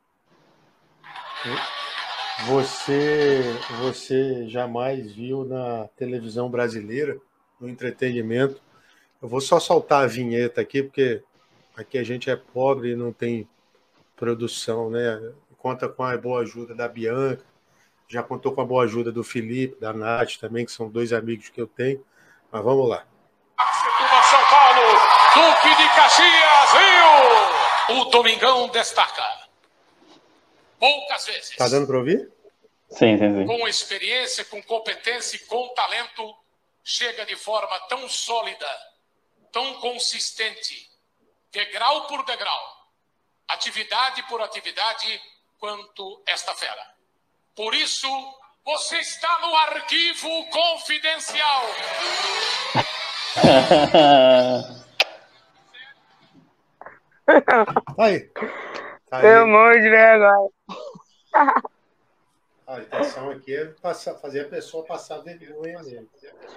você, você jamais viu na televisão brasileira, no entretenimento. Eu vou só soltar a vinheta aqui, porque aqui a gente é pobre e não tem produção, né? Conta com a boa ajuda da Bianca, já contou com a boa ajuda do Felipe, da Nath também, que são dois amigos que eu tenho. Mas vamos lá. São Paulo, Duque de Caxias, Rio. O Domingão destaca. Poucas vezes. Tá dando para ouvir? Sim, sim, sim. Com experiência, com competência e com talento, chega de forma tão sólida, tão consistente, degrau por degrau, atividade por atividade, quanto esta fera. Por isso, você está no arquivo confidencial. Aí. Tá aí. Pelo amor de vergonha. A intenção aqui é passar, fazer a pessoa passar vergonha mesmo.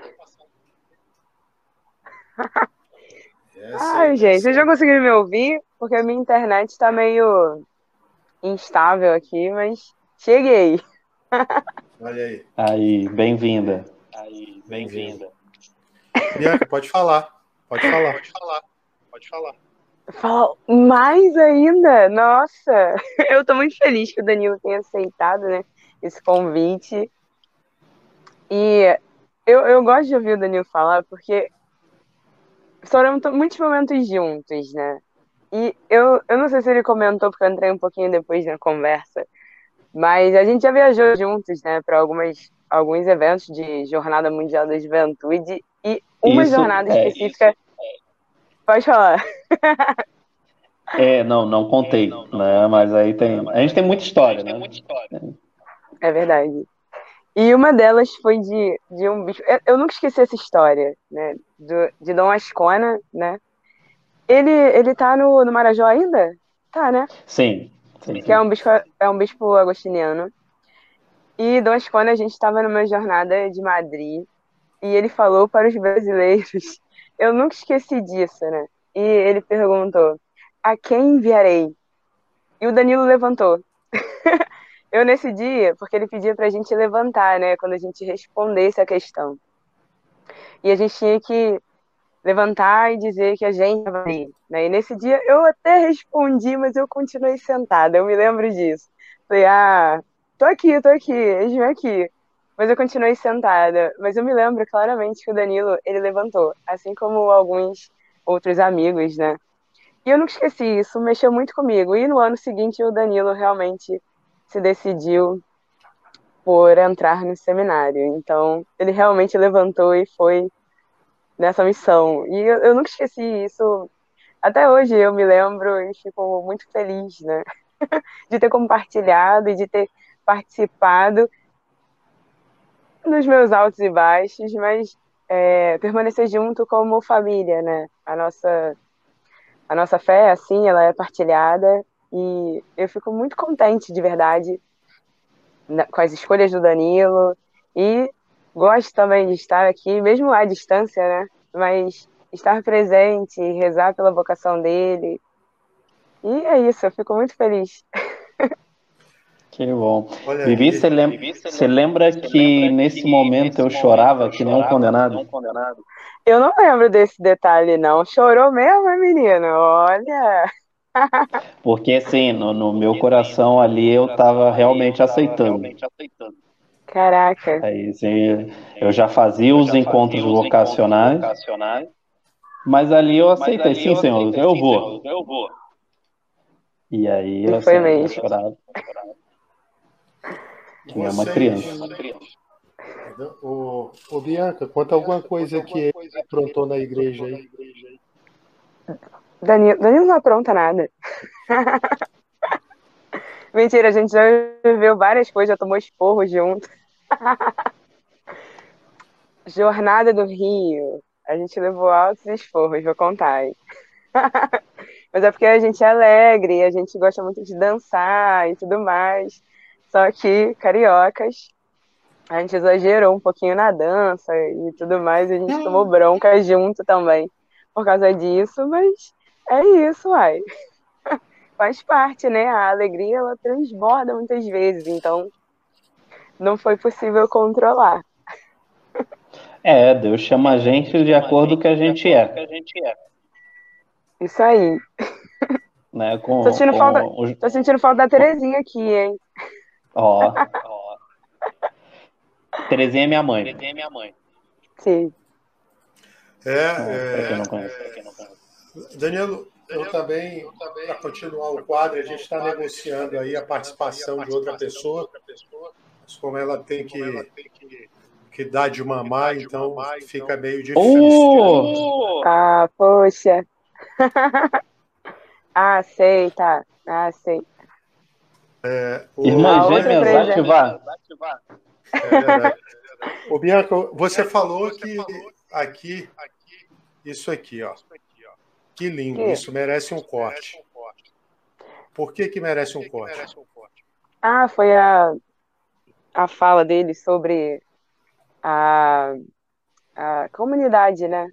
Ai, gente, vocês já conseguiram me ouvir? Porque a minha internet está meio instável aqui, mas cheguei. Olha aí. Aí, bem-vinda. Aí, bem-vinda. Bianca, pode falar. Pode falar. Pode falar. Pode falar. Fala mais ainda? Nossa, eu tô muito feliz que o Danilo tenha aceitado, né, esse convite. E eu, eu gosto de ouvir o Danilo falar porque foram muitos momentos juntos, né? E eu, eu não sei se ele comentou, porque eu entrei um pouquinho depois na conversa, mas a gente já viajou juntos, né, para algumas alguns eventos de Jornada Mundial da Juventude e uma Isso, jornada é. específica. Pode falar. É, não, não contei, É, não, não né? contei, Mas aí tem. né? A gente tem muita história, Tem né? muita história. É verdade. E uma delas foi de, de um bicho. Eu, eu nunca esqueci essa história, né? Do, de Dom Ascona, né? Ele, ele tá no, no Marajó ainda? Tá, né? Sim, sim, Que é sim. um bispo, é um bispo agostiniano. E Dom Ascona, a gente estava numa jornada de Madrid. E ele falou para os brasileiros. Eu nunca esqueci disso, né? E ele perguntou: a quem enviarei? E o Danilo levantou. Eu, nesse dia, porque ele pedia pra gente levantar, né? Quando a gente respondesse a questão. E a gente tinha que levantar e dizer que a gente estava ali, né? E nesse dia eu até respondi, mas eu continuei sentada. Eu me lembro disso. Falei, ah, tô aqui, tô aqui, eis-me aqui. Mas eu continuei sentada. Mas eu me lembro claramente que o Danilo, ele levantou, assim como alguns outros amigos, né? E eu nunca esqueci isso, mexeu muito comigo. E no ano seguinte o Danilo realmente se decidiu por entrar no seminário. Então, ele realmente levantou e foi nessa missão. E eu, eu nunca esqueci isso. Até hoje eu me lembro e fico muito feliz, né? de ter compartilhado e de ter participado dos meus altos e baixos, mas é, permanecer junto como família, né? A nossa, a nossa fé, assim, ela é partilhada e eu fico muito contente, de verdade, na- com as escolhas do Danilo e gosto também de estar aqui, mesmo à distância, né? Mas estar presente, rezar pela vocação dele. E é isso, eu fico muito feliz. Que bom. Olha, Vivi, e, você lem- você lembra que nesse momento eu chorava que nem um condenado? Eu não lembro desse detalhe, não. Chorou mesmo, menino? Olha. Porque assim, no, no meu coração ali eu estava realmente aceitando. Caraca. Aí, assim, eu já fazia os encontros vocacionais, mas ali eu aceitei. Sim, Senhor, eu vou. E aí, E assim, foi eu mesmo. chorava que nem uma vocês, criança. o, o Bianca, conta alguma coisa que ele aprontou na igreja aí. Danilo, Danilo não apronta nada. Mentira, a gente já viveu várias coisas, já tomou esporro junto. Jornada do Rio. A gente levou altos esporros, vou contar. Hein? Mas é porque a gente é alegre, a gente gosta muito de dançar e tudo mais. Só que, cariocas, a gente exagerou um pouquinho na dança e tudo mais, e a gente tomou bronca junto também por causa disso, mas é isso, uai. Faz parte, né? A alegria, ela transborda muitas vezes, então não foi possível controlar. É, Deus chama a gente de acordo com o que a gente é, Isso aí. né? Tô Com, sentindo falta, com os... tô sentindo falta da Terezinha aqui, hein? Ó, Terezinha é minha mãe, Sim. né? Para quem É, não conhece. é, Danilo, eu também, para continuar o quadro, a gente está negociando aí a participação de outra pessoa, mas como ela tem que, que dar de mamar, então fica meio difícil. Uh! Ah, poxa. Ah, sei, tá. Ah, sei. O, Irmã A outra gêmeas, presa. ativar. é verdade. Ô, Bianca, você falou que aqui, isso aqui, ó, que lindo, Que? isso merece um corte. Por que que merece um corte? Ah, foi a, a fala dele sobre a, a comunidade, né?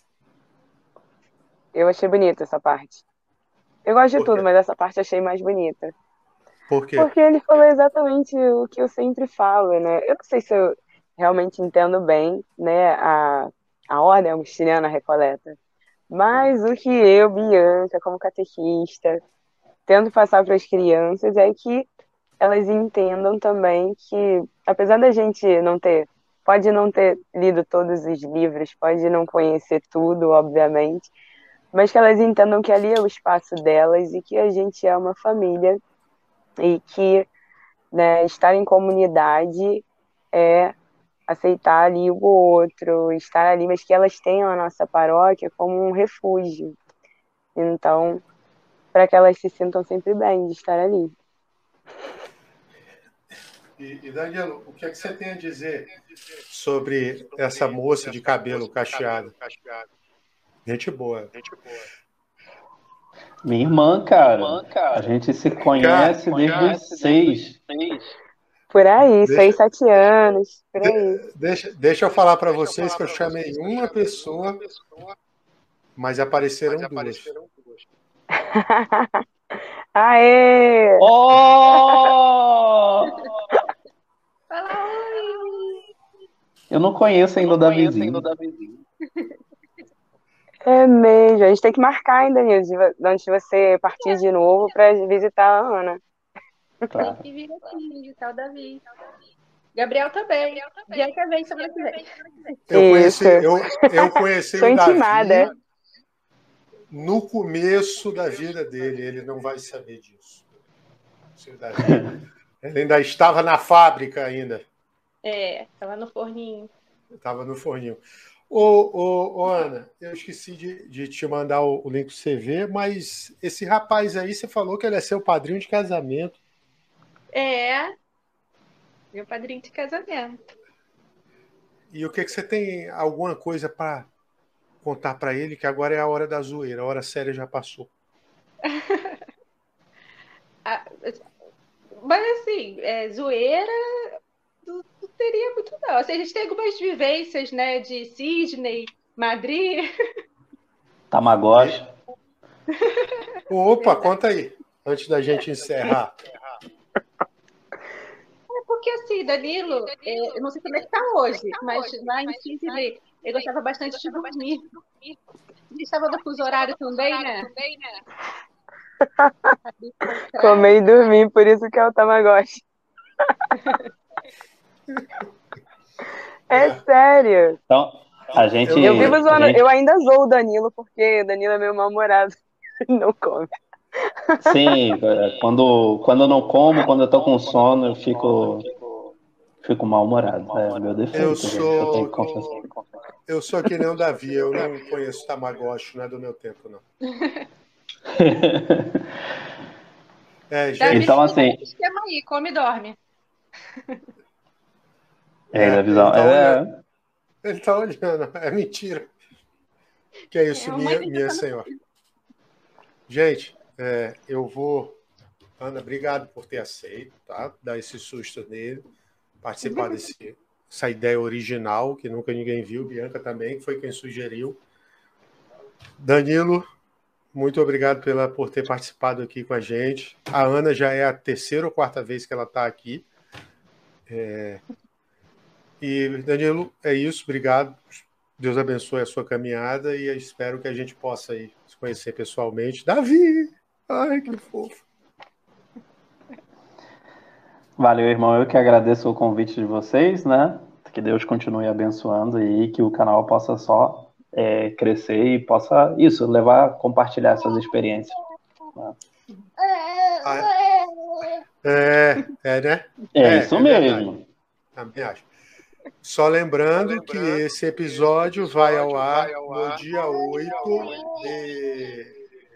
Eu achei bonita essa parte. Eu gosto de Por tudo, quê? mas essa parte eu achei mais bonita. Por quê? Porque ele falou exatamente o que eu sempre falo, né? Eu não sei se eu realmente entendo bem, né, a, a ordem agostiniana recoleta, mas o que eu, Bianca, como catequista, tento passar para as crianças é que elas entendam também que, apesar da gente não ter, pode não ter lido todos os livros, pode não conhecer tudo, obviamente, mas que elas entendam que ali é o espaço delas e que a gente é uma família e que, né, estar em comunidade é aceitar ali o outro, estar ali, mas que elas tenham a nossa paróquia como um refúgio. Então, para que elas se sintam sempre bem de estar ali. E, e Danilo, o que é que você tem a dizer sobre essa moça de cabelo cacheado? Gente boa. Minha irmã, cara. A gente se Cara, conhece desde os seis. Por aí, seis, deixa, sete anos, por aí. de- deixa, deixa eu falar para vocês que eu chamei uma pessoa, mas apareceram duas. Aê! Oh! Fala oi! Eu não conheço ainda o Davizinho. É mesmo, a gente tem que marcar ainda, Nilson, de onde você partir de novo para visitar a Ana. Tá. Tem que vir aqui visitar o Davi. Gabriel também. Bianca vem semana que vem. Eu conheci, Isso. eu, eu conheci Sou o Davi intimada. no começo da vida dele. Ele não vai saber disso. O Davi, ele ainda estava na fábrica ainda. É, tava no forninho. Estava no forninho. Ô, ô, ô, Ana, eu esqueci de, de te mandar o, o link do C V, mas esse rapaz aí, você falou que ele é seu padrinho de casamento. É, meu padrinho de casamento. E o que que você tem alguma coisa para contar para ele, que agora é a hora da zoeira, a hora séria já passou. Ah, mas assim, é, zoeira não, não teria muito não. Assim, a gente tem algumas vivências, né, de Sydney, Madrid. Tamagotchi. Opa, conta aí, antes da gente encerrar. É porque assim, Danilo, é, eu não sei como é que tá hoje, mas lá em Sydney eu gostava bastante de dormir. Ele estava no fuso horário também, né? Comer e dormir, por isso que é o Tamagotchi. É, É. sério. Então, a gente. Eu Eu não vivo lembro. zoando, a gente eu ainda zoo o Danilo, porque o Danilo é meu mal-humorado. Não come. sim, é, quando, quando eu não como, quando eu tô com sono, eu fico, fico mal-humorado. É meu Eu defeito, gente. Eu tenho que sou, confessar. eu sou que nem o Davi, eu não conheço Tamagotchi, não é do meu tempo, não. É, Davi gente, Então, tem assim, esse esquema aí, come e dorme. é da é, ele visão. tá olhando, É, ele tá olhando, é mentira. Que é isso, É, mamãe minha, tem minha pensando. senhora. Gente, é, eu vou. Ana, obrigado por ter aceito, tá? Dar esse susto nele, participar desse, essa ideia original que nunca ninguém viu. Bianca também, que foi quem sugeriu. Danilo, muito obrigado pela, por ter participado aqui com a gente. A Ana já é a terceira ou quarta vez que ela está aqui. É... E, Danilo, é isso. Obrigado. Deus abençoe a sua caminhada e eu espero que a gente possa aí se conhecer pessoalmente. Davi! Ai, que fofo. valeu, irmão. Eu que agradeço o convite de vocês, né? Que Deus continue abençoando e que o canal possa só é, crescer e possa, isso, levar, compartilhar essas experiências. Né? Ah, é, é, né? É É, isso é verdade. mesmo. Também acho. Só lembrando que esse episódio vai ao ar no dia oito de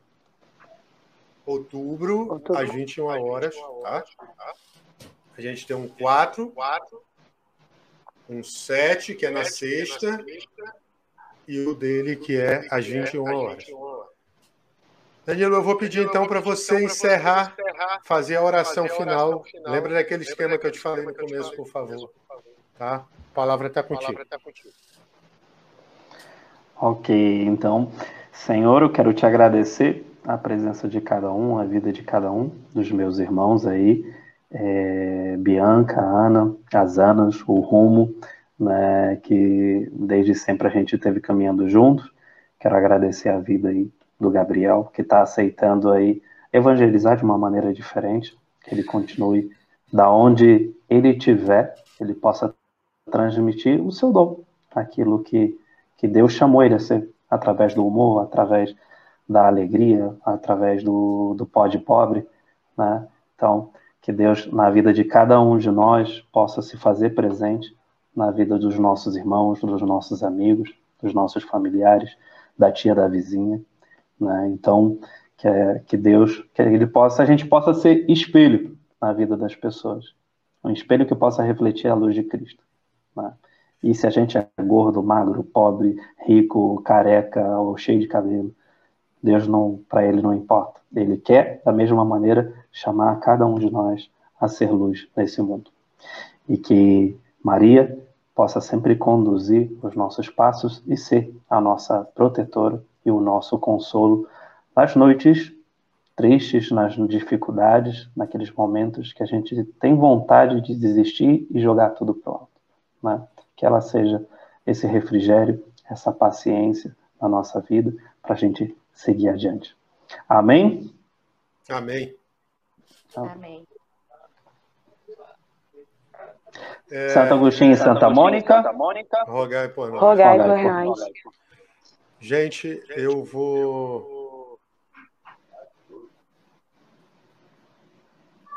outubro, às vinte e uma horas, tá? A gente tem um quatro, um sete, que é na sexta, e o dele, que é às vinte e uma horas. Danilo, eu vou pedir então para você encerrar, fazer a oração final. Lembra daquele esquema que eu te falei no começo, por favor. Tá? A palavra está contigo. Ok, então, Senhor, eu quero te agradecer a presença de cada um, a vida de cada um dos meus irmãos aí, é, Bianca, Ana, as Anas, o Rumo, né, que desde sempre a gente esteve caminhando juntos. Quero agradecer a vida aí do Gabriel, que está aceitando aí evangelizar de uma maneira diferente, que ele continue da onde ele estiver, ele possa transmitir o seu dom, aquilo que que Deus chamou ele a ser, através do humor, através da alegria, através do, do pó de pobre, né? Então, que Deus, na vida de cada um de nós, possa se fazer presente na vida dos nossos irmãos, dos nossos amigos, dos nossos familiares, da tia da vizinha, né? Então, que, que Deus, que ele possa, a gente possa ser espelho na vida das pessoas, um espelho que possa refletir a luz de Cristo, né? E se a gente é gordo, magro, pobre, rico, careca ou cheio de cabelo, Deus não, para ele não importa. Ele quer, da mesma maneira, chamar cada um de nós a ser luz nesse mundo. E que Maria possa sempre conduzir os nossos passos e ser a nossa protetora e o nosso consolo nas noites tristes, nas dificuldades, naqueles momentos que a gente tem vontade de desistir e jogar tudo pro alto, né? Que ela seja esse refrigério, essa paciência na nossa vida, para a gente seguir adiante. Amém? Amém. Amém. É, Santo Agostinho e Santa Mônica. rogai por nós. Rogai Rogai por por nós. Gente, eu vou.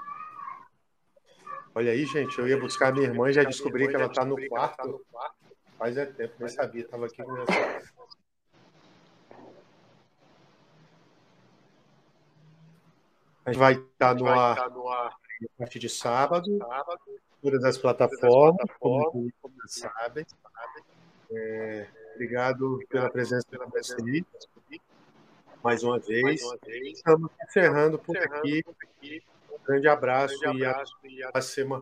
Olha aí, gente, eu ia buscar a minha irmã e já descobri que ela está no quarto. Faz é tempo, nem sabia, estava aqui com essa. A gente vai estar no ar a partir de sábado, todas as plataformas, como vocês sabem. É, obrigado pela presença de vocês, mais uma vez. Estamos encerrando por aqui. Um grande abraço e a semana.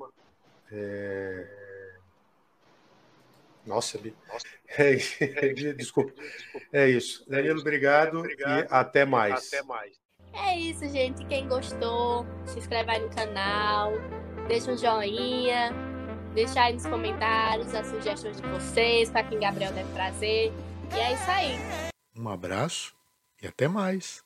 É... Nossa, é, desculpa. É isso. Danilo, obrigado e até mais. É isso, gente. Quem gostou, se inscreve aí no canal, deixa um joinha, deixa aí nos comentários as sugestões de vocês, para quem Gabriel deve trazer. E é isso aí. Um abraço e até mais.